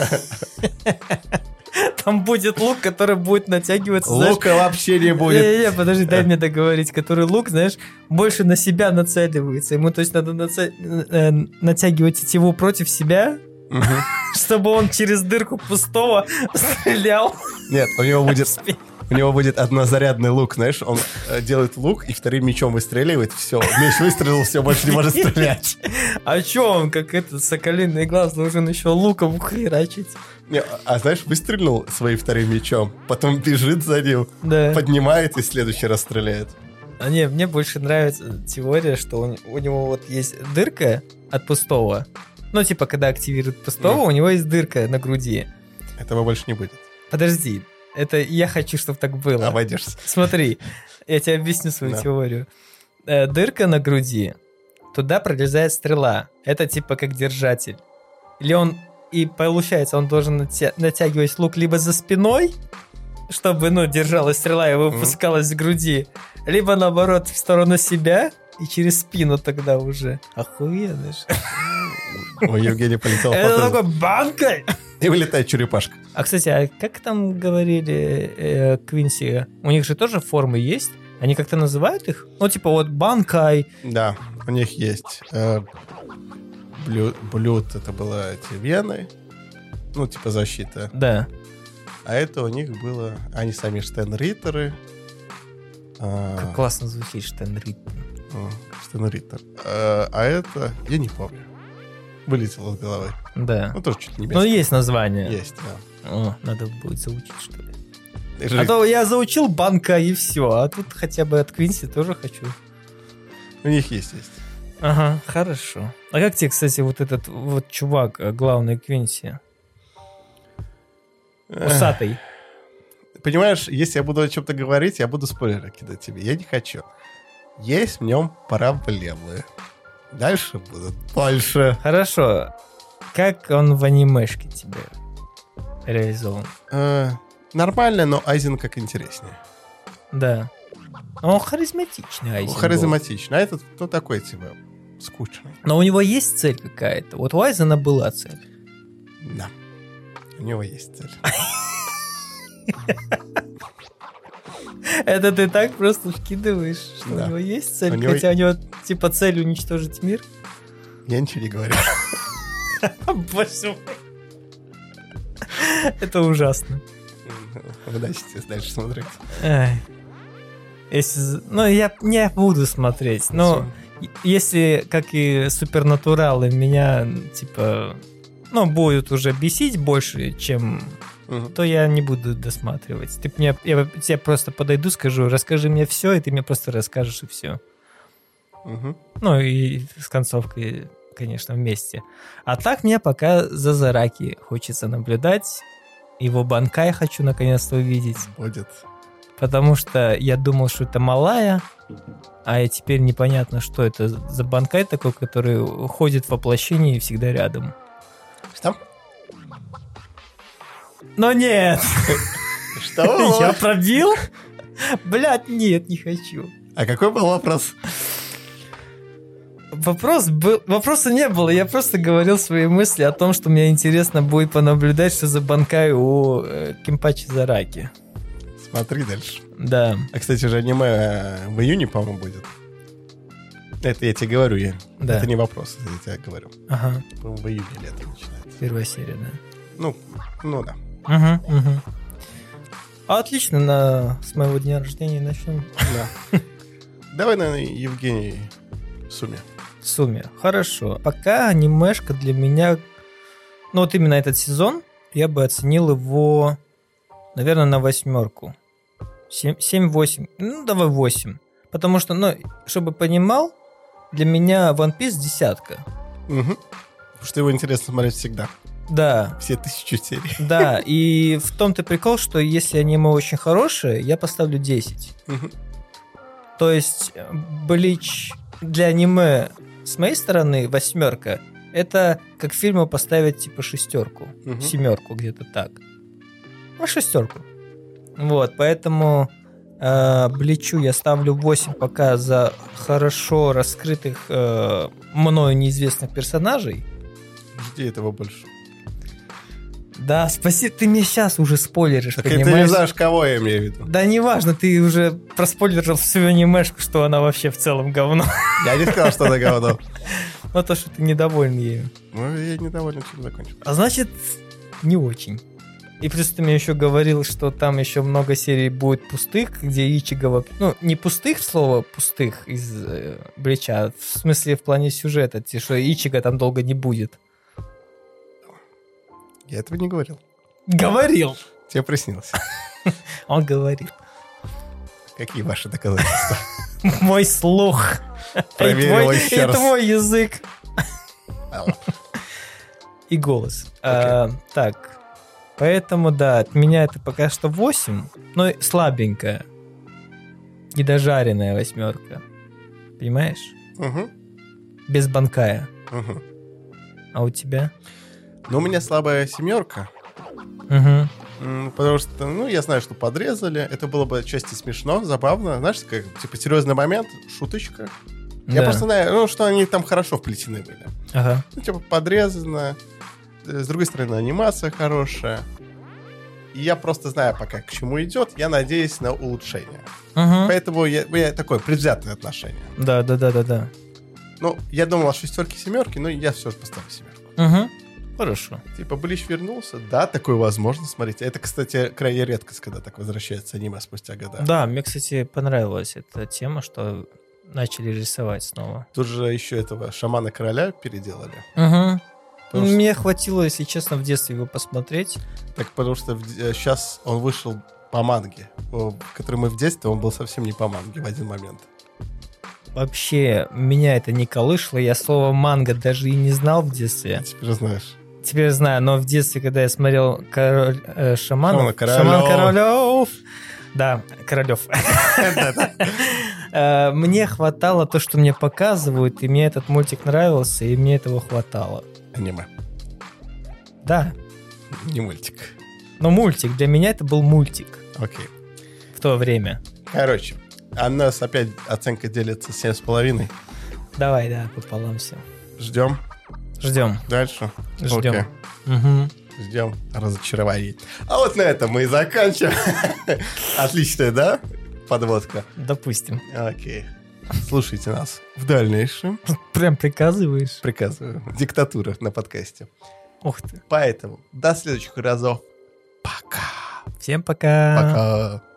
Там будет лук, который будет натягиваться... Лука знаешь, вообще не будет. Не-не-не, подожди, дай мне договорить. Который лук, знаешь, больше на себя нацеливается. Ему, то есть, надо наца... натягивать тетиву против себя, угу. чтобы он через дырку пустого стрелял. Нет, у него будет... У него будет однозарядный лук, знаешь, он э, делает лук и вторым мечом выстреливает, все, меч выстрелил, все, больше не может стрелять. А чё он, как этот соколиный глаз, должен еще луком херачить? Не, а знаешь, выстрелил своим вторым мечом, потом бежит за ним, да. поднимает и в следующий раз стреляет. А не, мне больше нравится теория, что у, у него вот есть дырка от пустого. Ну, типа, когда активирует пустого, mm. у него есть дырка на груди. Этого больше не будет. Подожди. Это я хочу, чтобы так было. Обойдешься. Смотри, я тебе объясню свою да. теорию. э, дырка на груди, туда пролезает стрела. Это типа как держатель. Или он... И получается, он должен натя- натягивать лук либо за спиной, чтобы, ну, держалась стрела и выпускалась mm-hmm. с груди, либо, наоборот, в сторону себя и через спину тогда уже. Охуенно же. У Евгения полетел фантазия. Это такой банкой! И вылетает черепашка. А, кстати, а как там говорили э, Квинси? У них же тоже формы есть? Они как-то называют их? Ну, типа вот банкай. Да, у них есть... Э- Блюд, блюд это было эти вены, ну, типа защита. Да. А это у них было... Они сами штенриттеры. Как а... классно звучит штенриттер. Штенриттер. А, а это... Я не помню. Вылетело из головы. Да. Ну, тоже что-то немецкое. Ну, есть название. Есть, да. О, надо будет заучить, что ли. Жив... А то я заучил банка и все. А тут хотя бы от Квинси тоже хочу. У них есть, есть. Ага, хорошо. А как тебе, кстати, вот этот вот чувак, главный Квинси? Усатый. Понимаешь, если я буду о чем-то говорить, я буду спойлеры кидать тебе. Я не хочу. Есть в нем проблемы. Дальше будут больше. Хорошо. Как он в анимешке тебе реализован? Э, нормально, но Айзен как интереснее. Да. Он харизматичный, Айзен. Харизматичный. А этот кто такой, типа, скучный. Но у него есть цель какая-то. Вот у Айзена была цель. Да. У него есть цель. Это ты так просто вкидываешь, что у него есть цель, хотя у него типа цель уничтожить мир? Я ничего не говорю. Боже мой. Это ужасно. Удачи тебе дальше смотреть. Если, ну, я не буду смотреть, но если, как и супернатуралы, меня, типа, ну, будут уже бесить больше, чем... Uh-huh. то я не буду досматривать. Ты мне, я тебе просто подойду, скажу, расскажи мне все, и ты мне просто расскажешь, и все. Uh-huh. Ну, и с концовкой, конечно, вместе. А так мне пока за Зараки хочется наблюдать. Его банкай хочу наконец-то увидеть. Будет. Потому что я думал, что это малая, а теперь непонятно, что это за банкай такой, который ходит в воплощении и всегда рядом. Что? Но нет! Что? Я пробил? Блядь, нет, не хочу. А какой был вопрос? Вопрос был... Вопроса не было, я просто говорил свои мысли о том, что мне интересно будет понаблюдать, что за банкай у э, Кимпачи Зараки. Смотри дальше. Да. А, кстати же, аниме в июне, по-моему, будет. Это я тебе говорю, я. Да. Это не вопрос, это я тебе говорю. Ага. По-моему, в июне летом начинается. Первая серия, да. Ну, ну да. Угу, угу. А отлично, на... с моего дня рождения начнем. Да. Давай, наверное, Евгений в сумме. В сумме. Хорошо. Пока анимешка для меня... Ну, вот именно этот сезон я бы оценил его, наверное, на восьмерку. семь-восемь. Ну, давай восемь. Потому что, ну, чтобы понимал, для меня One Piece десятка. Угу. Потому что его интересно смотреть всегда. Да. Все тысячу серий. Да, и в том-то прикол, что если аниме очень хорошее, я поставлю десять. Угу. То есть Блич для аниме с моей стороны восьмерка. Это как фильму поставить типа шестерку, угу. семерку где-то так. Ну, шестерку. Вот, поэтому э, Бличу я ставлю восемь пока за хорошо раскрытых э, мною неизвестных персонажей. Жди этого больше. Да, спасибо, ты мне сейчас уже спойлеришь, так понимаешь? ты не знаешь, кого я имею в виду. Да неважно, ты уже проспойлерил всю анимешку, что она вообще в целом говно. Я не сказал, что она говно. Ну, то, что ты недоволен ею. Ну, я недоволен, чем закончил. А значит, не очень. И плюс ты мне еще говорил, что там еще много серий будет пустых, где Ичиго... Ну, не пустых, слово пустых из э, Блича, а в смысле в плане сюжета, что Ичиго там долго не будет. Я этого не говорил. Говорил! Тебе приснилось. Он говорил. Какие ваши доказательства? Мой слух. Проверил еще раз. И твой язык. И голос. Так. Поэтому, да, от меня это пока что восемь, но слабенькая. Недожаренная восьмерка. Понимаешь? Угу. Без банкая. Угу. А у тебя? Ну, у меня слабая семерка. Угу. Потому что, ну, я знаю, что подрезали. Это было бы отчасти смешно, забавно. Знаешь, как, типа, серьезный момент, шуточка. Да. Я просто знаю, ну, что они там хорошо вплетены были. Ага. Ну, типа, подрезано. С другой стороны, анимация хорошая. И я просто знаю пока, к чему идет. Я надеюсь на улучшение. Угу. Поэтому я, я такое предвзятое отношение. Да, да, да, да, да. Ну, я думал о шестерке, семерке, но я все же поставлю семерку. Угу. Хорошо. Типа, Блич вернулся. Да, такое возможно, смотрите. Это, кстати, крайняя редкость, когда так возвращается аниме спустя года. Да, мне, кстати, понравилась эта тема, что начали рисовать снова. Тут же еще этого Шамана-короля переделали. Угу. Потому что- Мне хватило, если честно, в детстве его посмотреть. Так, потому что в- э, сейчас он вышел по манге, о, который мы в детстве, он был совсем не по манге в один момент. Вообще, меня это не колышло. Я слово манго даже и не знал в детстве. Теперь знаешь. Теперь знаю, но в детстве, когда я смотрел король э, шаманов, Шаман Шаман Королёв. Королёв, да, Королёв, Э, мне хватало то, что мне показывают, и мне этот мультик нравился, и мне этого хватало. Аниме, Да, не мультик. но мультик, для меня это был мультик Окей. в то время. Короче, а у нас опять оценка делится семь с половиной. Давай, да, пополам все. Ждем Ждем, дальше. ждем. Окей. Угу. Ждем разочарований. А вот на этом мы и заканчиваем. Отличная, да, подводка? Допустим. Окей. Слушайте нас в дальнейшем. Прям приказываешь? Приказываю. Диктатура на подкасте. Ух ты. Поэтому до следующих разов. Пока. Всем пока. Пока.